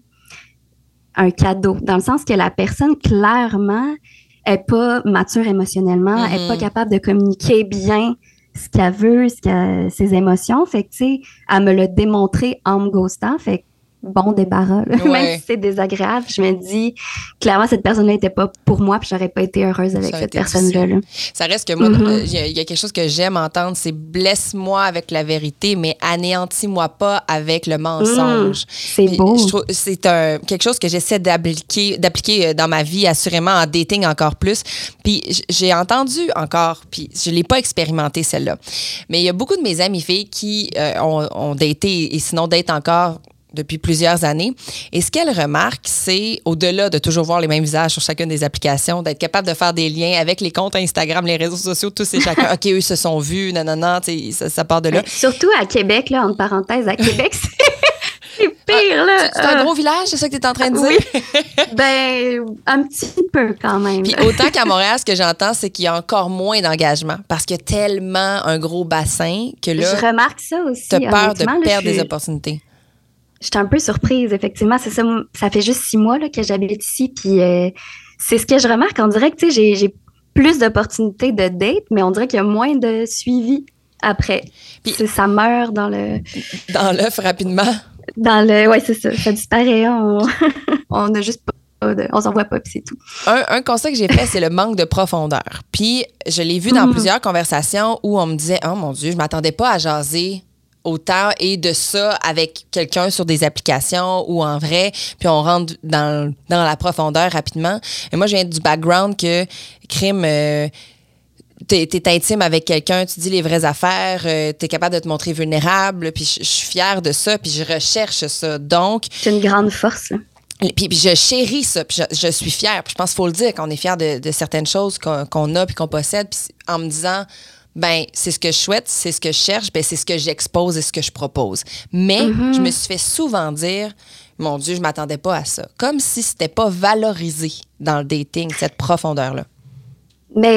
un cadeau, dans le sens que la personne, clairement, est pas mature émotionnellement, Mhm. est pas capable de communiquer bien ce qu'elle veut, ce qu'elle- ses émotions. Fait que, tu sais, elle me l'a démontré en me ghostant. Fait que, bon débarras. là. Ouais. Même si c'est désagréable, je me dis, clairement, cette personne-là n'était pas pour moi, puis j'aurais pas été heureuse avec Ça aurait cette été personne-là. là. Ça reste que moi, Mhm. euh, il y, a- il y a quelque chose que j'aime entendre, c'est blesse-moi avec la vérité, mais anéantis-moi pas avec le mensonge. C'est Puis beau. je trouve c'est un quelque chose que j'essaie d'appliquer d'appliquer euh, dans ma vie, assurément en dating encore plus. Puis j- j'ai entendu encore, puis je l'ai pas expérimenté celle-là, mais il y a beaucoup de mes amies filles qui euh, ont, ont daté et sinon datent encore depuis plusieurs années. Et ce qu'elles remarquent, c'est, au-delà de toujours voir les mêmes visages sur chacune des applications, d'être capable de faire des liens avec les comptes Instagram, les réseaux sociaux, tous et chacun. OK, eux se sont vus, non, non, non, ça, ça part de là. Ouais, surtout à Québec, là, entre parenthèses, à Québec, c'est c'est pire, là. C'est un Ah, gros village, c'est ça que tu es en train de dire? oui. Ben, un petit peu quand même. Puis là. autant qu'à Montréal, ce que j'entends, c'est qu'il y a encore moins d'engagement parce qu'il y a tellement un gros bassin que là, Je remarque ça aussi. tu as peur de honnêtement, là, perdre je suis- des opportunités. Je suis un peu surprise, effectivement. C'est ça, ça fait juste six mois là, que j'habite ici. Puis euh, c'est ce que je remarque. On dirait que tu sais, j'ai, j'ai plus d'opportunités de date, mais on dirait qu'il y a moins de suivi après. Puis- C'est- ça meurt dans le. Dans l'œuf, rapidement. Dans le. Ouais, c'est ça. Ça disparaît. On on n'a juste pas. De, on s'en voit pas, puis c'est tout. Un, un constat que j'ai fait, c'est le manque de profondeur. Puis je l'ai vu dans Mhm. plusieurs conversations où on me disait « Oh mon Dieu, je m'attendais pas à jaser autant et de ça avec quelqu'un sur des applications ou en vrai, puis on rentre dans, dans la profondeur rapidement. » Et moi, je viens du background que crime... Euh, T'es, t'es intime avec quelqu'un, tu dis les vraies affaires, euh, t'es capable de te montrer vulnérable, puis je je suis fière de ça, puis je recherche ça. Donc, C'est une grande force. Là. puis, puis je chéris ça, puis je, je suis fière. Puis je pense qu'il faut le dire qu'on est fier de, de certaines choses qu'on, qu'on a puis qu'on possède. Puis en me disant, ben c'est ce que je souhaite, c'est ce que je cherche, ben c'est ce que j'expose et ce que je propose. Mais Mm-hmm. je me suis fait souvent dire, mon Dieu, je m'attendais pas à ça. Comme si c'était pas valorisé dans le dating, cette profondeur-là. Mais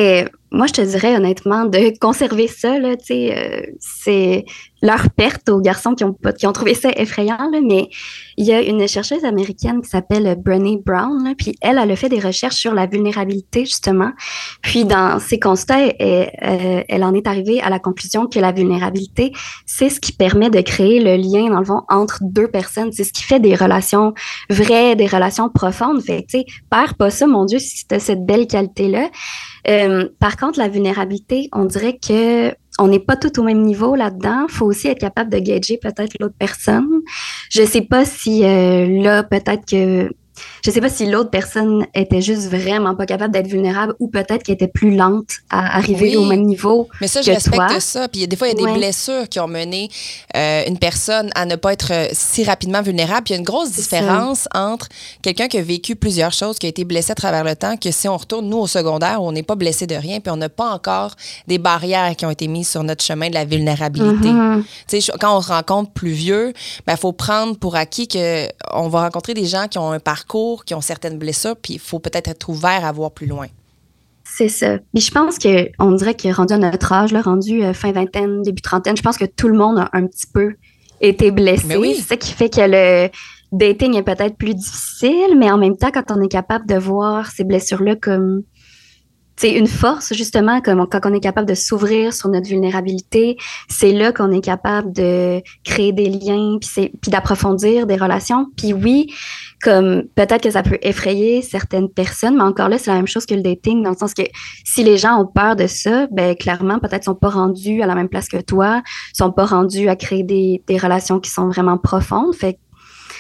moi, je te dirais honnêtement de conserver ça, là, tu sais, euh, c'est leur perte aux garçons qui ont, pas- qui ont trouvé ça effrayant, là, mais il y a une chercheuse américaine qui s'appelle Brené Brown, là, puis elle, elle a fait des recherches sur la vulnérabilité, justement. Puis dans ses constats, elle, elle, elle en est arrivée à la conclusion que la vulnérabilité, c'est ce qui permet de créer le lien, dans le fond, entre deux personnes. C'est ce qui fait des relations vraies, des relations profondes. Fait tu sais, perds pas ça, mon Dieu, si tu as cette belle qualité-là. Euh, par contre, la vulnérabilité, on dirait que on n'est pas tout au même niveau là-dedans. Il faut aussi être capable de gager peut-être l'autre personne. Je sais pas si euh, là, peut-être que je sais pas si l'autre personne était juste vraiment pas capable d'être vulnérable ou peut-être qu'elle était plus lente à arriver Oui, au même niveau mais ça, je que respecte toi. ça. Puis des fois, il y a des Ouais. blessures qui ont mené euh, une personne à ne pas être euh, si rapidement vulnérable. Puis il y a une grosse C'est différence entre quelqu'un qui a vécu plusieurs choses, qui a été blessé à travers le temps, que si on retourne, nous, au secondaire, où on n'est pas blessé de rien, puis on n'a pas encore des barrières qui ont été mises sur notre chemin de la vulnérabilité. Mhm. Tu sais, quand on se rencontre plus vieux, il faut prendre pour acquis qu'on va rencontrer des gens qui ont un parcours, qui ont certaines blessures, puis il faut peut-être être ouvert à voir plus loin. C'est ça. Puis je pense que on dirait que rendu à notre âge, là, rendu euh, fin vingtaine, début trentaine, je pense que tout le monde a un petit peu été blessé. Mais oui. C'est ça qui fait que le dating est peut-être plus difficile, mais en même temps, quand on est capable de voir ces blessures-là comme c'est une force, justement, comme on- quand on est capable de s'ouvrir sur notre vulnérabilité, c'est là qu'on est capable de créer des liens, puis, c'est, puis d'approfondir des relations. Puis oui, comme peut-être que ça peut effrayer certaines personnes, mais encore là, c'est la même chose que le dating, dans le sens que si les gens ont peur de ça, ben clairement, peut-être sont pas rendus à la même place que toi, sont pas rendus à créer des, des relations qui sont vraiment profondes. Fait que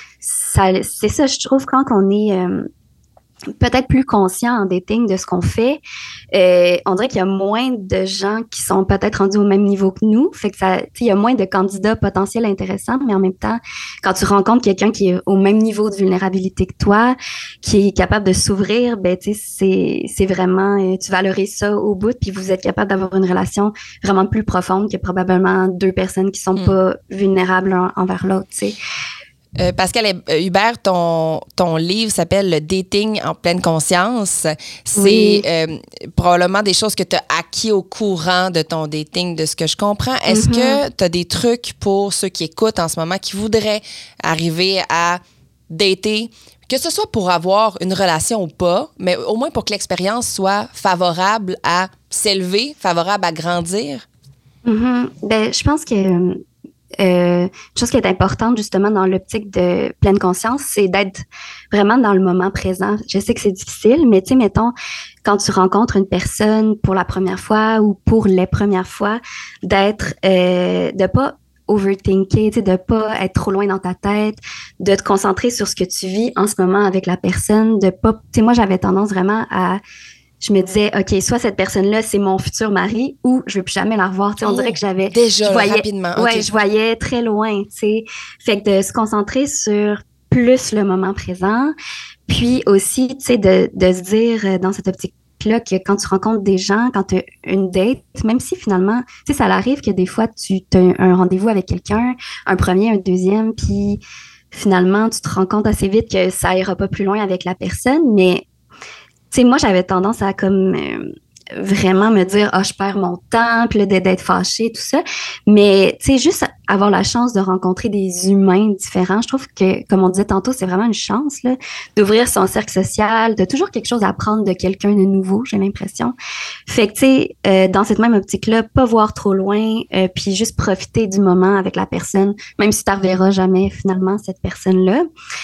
ça, c'est ça, je trouve, quand on est... euh, peut-être plus conscient en dating de ce qu'on fait. Euh, on dirait qu'il y a moins de gens qui sont peut-être rendus au même niveau que nous. Fait que ça, tu sais, il y a moins de candidats potentiels intéressants, mais en même temps, quand tu rencontres quelqu'un qui est au même niveau de vulnérabilité que toi, qui est capable de s'ouvrir, ben, tu sais, c'est, c'est vraiment, euh, tu valorises ça au bout, puis vous êtes capable d'avoir une relation vraiment plus profonde que probablement deux personnes qui sont Mm. pas vulnérables l'un envers l'autre, tu sais. Euh, Pascal euh, Hubert, ton, ton livre s'appelle Le dating en pleine conscience. C'est Oui. euh, probablement des choses que tu as acquis au courant de ton dating, de ce que je comprends. Est-ce Mm-hmm. que tu as des trucs pour ceux qui écoutent en ce moment, qui voudraient arriver à dater, que ce soit pour avoir une relation ou pas, mais au moins pour que l'expérience soit favorable à s'élever, favorable à grandir? Mm-hmm. Ben, je pense que Euh, une chose qui est importante justement dans l'optique de pleine conscience, c'est d'être vraiment dans le moment présent. Je sais que c'est difficile, mais tu sais, mettons, quand tu rencontres une personne pour la première fois ou pour les premières fois, d'être, euh, de pas overthinker, tu sais, de pas être trop loin dans ta tête, de te concentrer sur ce que tu vis en ce moment avec la personne, de pas, tu sais, moi j'avais tendance vraiment à je me disais, OK, soit cette personne-là, c'est mon futur mari ou je veux plus jamais la revoir. Tu sais, on Oh, dirait que j'avais... déjà, je voyais, rapidement. OK. Ouais, je voyais très loin, tu sais. Fait que de se concentrer sur plus le moment présent. Puis aussi, tu sais, de, de se dire euh, dans cette optique-là que quand tu rencontres des gens, quand tu as une date, même si finalement, tu sais, ça arrive que des fois, tu as un rendez-vous avec quelqu'un, un premier, un deuxième, puis finalement, tu te rends compte assez vite que ça ira pas plus loin avec la personne, mais tu sais, moi, j'avais tendance à comme euh, vraiment me dire, ah, oh, je perds mon temps, puis là, d'être fâchée, tout ça. Mais, tu sais, juste avoir la chance de rencontrer des humains différents, je trouve que, comme on disait tantôt, c'est vraiment une chance, là, d'ouvrir son cercle social, de toujours quelque chose à apprendre de quelqu'un de nouveau, j'ai l'impression. Fait que, tu sais, euh, dans cette même optique-là, pas voir trop loin, euh, puis juste profiter du moment avec la personne, même si tu ne reverras jamais, finalement, cette personne-là.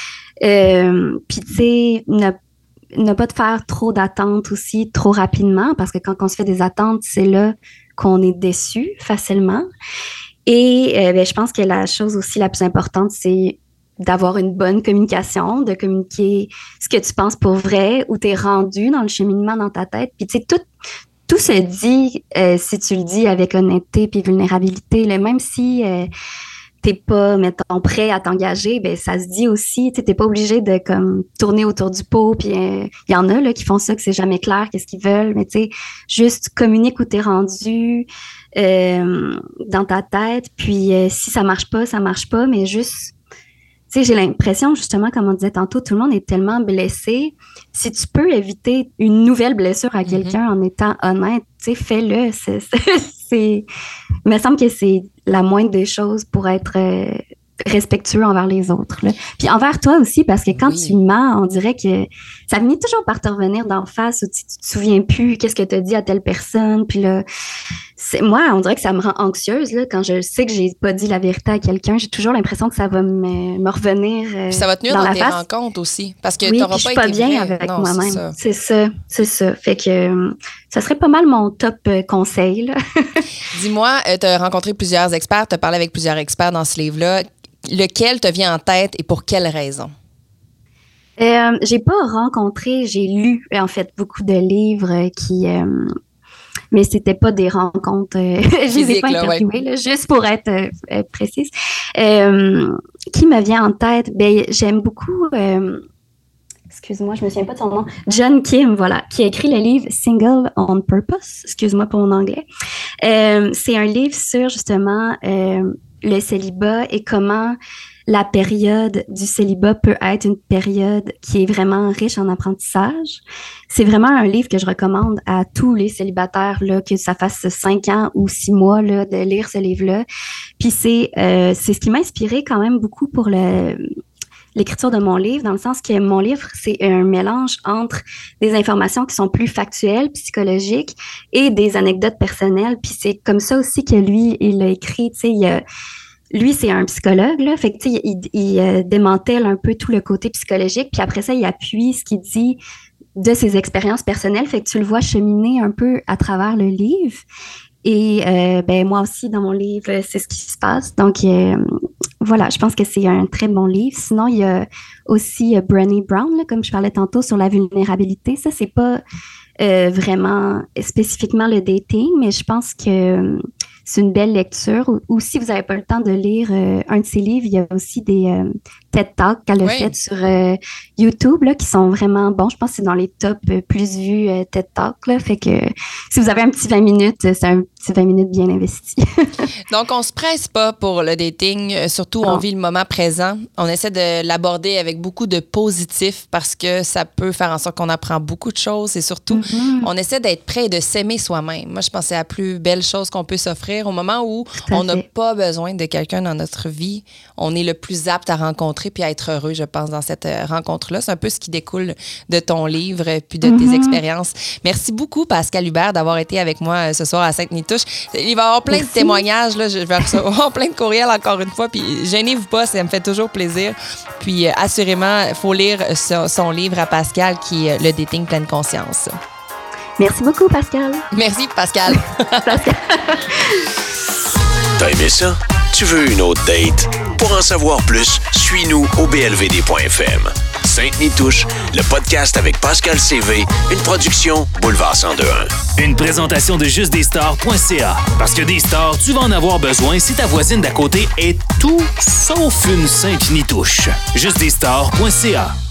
Euh, puis, tu sais, ne ne pas te faire trop d'attentes aussi trop rapidement, parce que quand on se fait des attentes, c'est là qu'on est déçu facilement. Et euh, ben, je pense que la chose aussi la plus importante, c'est d'avoir une bonne communication, de communiquer ce que tu penses pour vrai, où tu es rendu dans le cheminement dans ta tête. Puis tu sais, tout, tout se dit euh, si tu le dis avec honnêteté puis vulnérabilité, là, même si... Euh, t'es pas, mettons, prêt à t'engager, ben ça se dit aussi, tu t'es pas obligé de comme tourner autour du pot, puis il euh, y en a là qui font ça, que c'est jamais clair qu'est-ce qu'ils veulent, mais tu sais, juste communique où t'es rendu euh, dans ta tête, puis euh, si ça marche pas, ça marche pas, mais juste, tu tu sais, j'ai l'impression, justement, comme on disait tantôt, tout le monde est tellement blessé. Si tu peux éviter une nouvelle blessure à quelqu'un mm-hmm. en étant honnête, tu sais, fais-le. C'est, c'est, c'est... Il me semble que c'est la moindre des choses pour être euh, respectueux envers les autres, là. Puis envers toi aussi, parce que quand oui. tu mens, on dirait que ça finit toujours par te revenir d'en face où tu, tu te souviens plus qu'est-ce que tu as dit à telle personne. Puis là, c'est, moi, on dirait que ça me rend anxieuse, là, quand je sais que j'ai pas dit la vérité à quelqu'un. J'ai toujours l'impression que ça va me, me revenir euh, Puis ça va te nuire dans, dans la tes face. rencontres aussi, parce que oui, t'auras puis pas je suis été pas bien vrai. avec non, moi-même. C'est ça. c'est ça, c'est ça. Fait que euh, ça serait pas mal mon top euh, conseil, là. Dis-moi, euh, tu as rencontré plusieurs experts, tu as parlé avec plusieurs experts dans ce livre-là. Lequel te vient en tête et pour quelle raison? Euh, j'ai pas rencontré, j'ai lu en fait beaucoup de livres qui, euh, mais c'était pas des rencontres. Euh, je les ai pas interviewés, ouais. là, juste pour être euh, précise. Euh, qui me vient en tête? Ben j'aime beaucoup. Euh, excuse-moi, je me souviens pas de son nom. John Kim, voilà, qui a écrit le livre Single on Purpose. Excuse-moi pour mon anglais. Euh, c'est un livre sur justement euh, le célibat et comment la période du célibat peut être une période qui est vraiment riche en apprentissage. C'est vraiment un livre que je recommande à tous les célibataires, là, que ça fasse cinq ans ou six mois là, de lire ce livre-là. Puis c'est, euh, c'est ce qui m'a inspiré quand même beaucoup pour le... l'écriture de mon livre, dans le sens que mon livre, c'est un mélange entre des informations qui sont plus factuelles, psychologiques, et des anecdotes personnelles. Puis c'est comme ça aussi que lui, il l'a écrit. Tu sais, il a, lui, c'est un psychologue, là. Fait que, tu sais, il, il euh, démantèle un peu tout le côté psychologique. Puis après ça, il appuie ce qu'il dit de ses expériences personnelles. Fait que tu le vois cheminer un peu à travers le livre. Et euh, ben moi aussi, dans mon livre, c'est ce qui se passe. Donc, euh, voilà, je pense que c'est un très bon livre. Sinon, il y a aussi euh, Brené Brown, là, comme je parlais tantôt, sur la vulnérabilité. Ça, c'est pas euh, vraiment spécifiquement le dating, mais je pense que euh, c'est une belle lecture. Ou, ou si vous n'avez pas le temps de lire euh, un de ses livres, il y a aussi des euh, TED Talks qu'elle a oui. fait sur euh, YouTube, là, qui sont vraiment bons. Je pense que c'est dans les tops euh, plus vus euh, TED Talks, là. Fait que euh, si vous avez un petit vingt minutes, c'est un petit vingt minutes bien investi. Donc, on se presse pas pour le dating. Euh, surtout, non. on vit le moment présent. On essaie de l'aborder avec beaucoup de positif parce que ça peut faire en sorte qu'on apprend beaucoup de choses et surtout, mm-hmm. on essaie d'être prêt et de s'aimer soi-même. Moi, je pense que c'est la plus belle chose qu'on peut s'offrir au moment où on n'a pas besoin de quelqu'un dans notre vie. On est le plus apte à rencontrer puis à être heureux, je pense, dans cette rencontre-là. C'est un peu ce qui découle de ton livre puis de mm-hmm. tes expériences. Merci beaucoup, Pascal Hubert, d'avoir été avec moi ce soir à Sainte-Nitouche. Il va y avoir plein Merci. de témoignages. Là. Je vais recevoir plein de courriels encore une fois. Puis gênez-vous pas, ça me fait toujours plaisir. Puis euh, assurément, il faut lire son, son livre à Pascal qui est Le dating pleine conscience. Merci beaucoup, Pascal. Merci, Pascal. Pascal. T'as aimé ça? Tu veux une autre date? Pour en savoir plus, suis-nous au b l v d point f m. Sainte-Nitouche, le podcast avec Pascal C V, une production Boulevard cent deux un. Une présentation de juste des stars point c a. Parce que des stars, tu vas en avoir besoin si ta voisine d'à côté est tout sauf une Sainte-Nitouche. juste des stars point c a.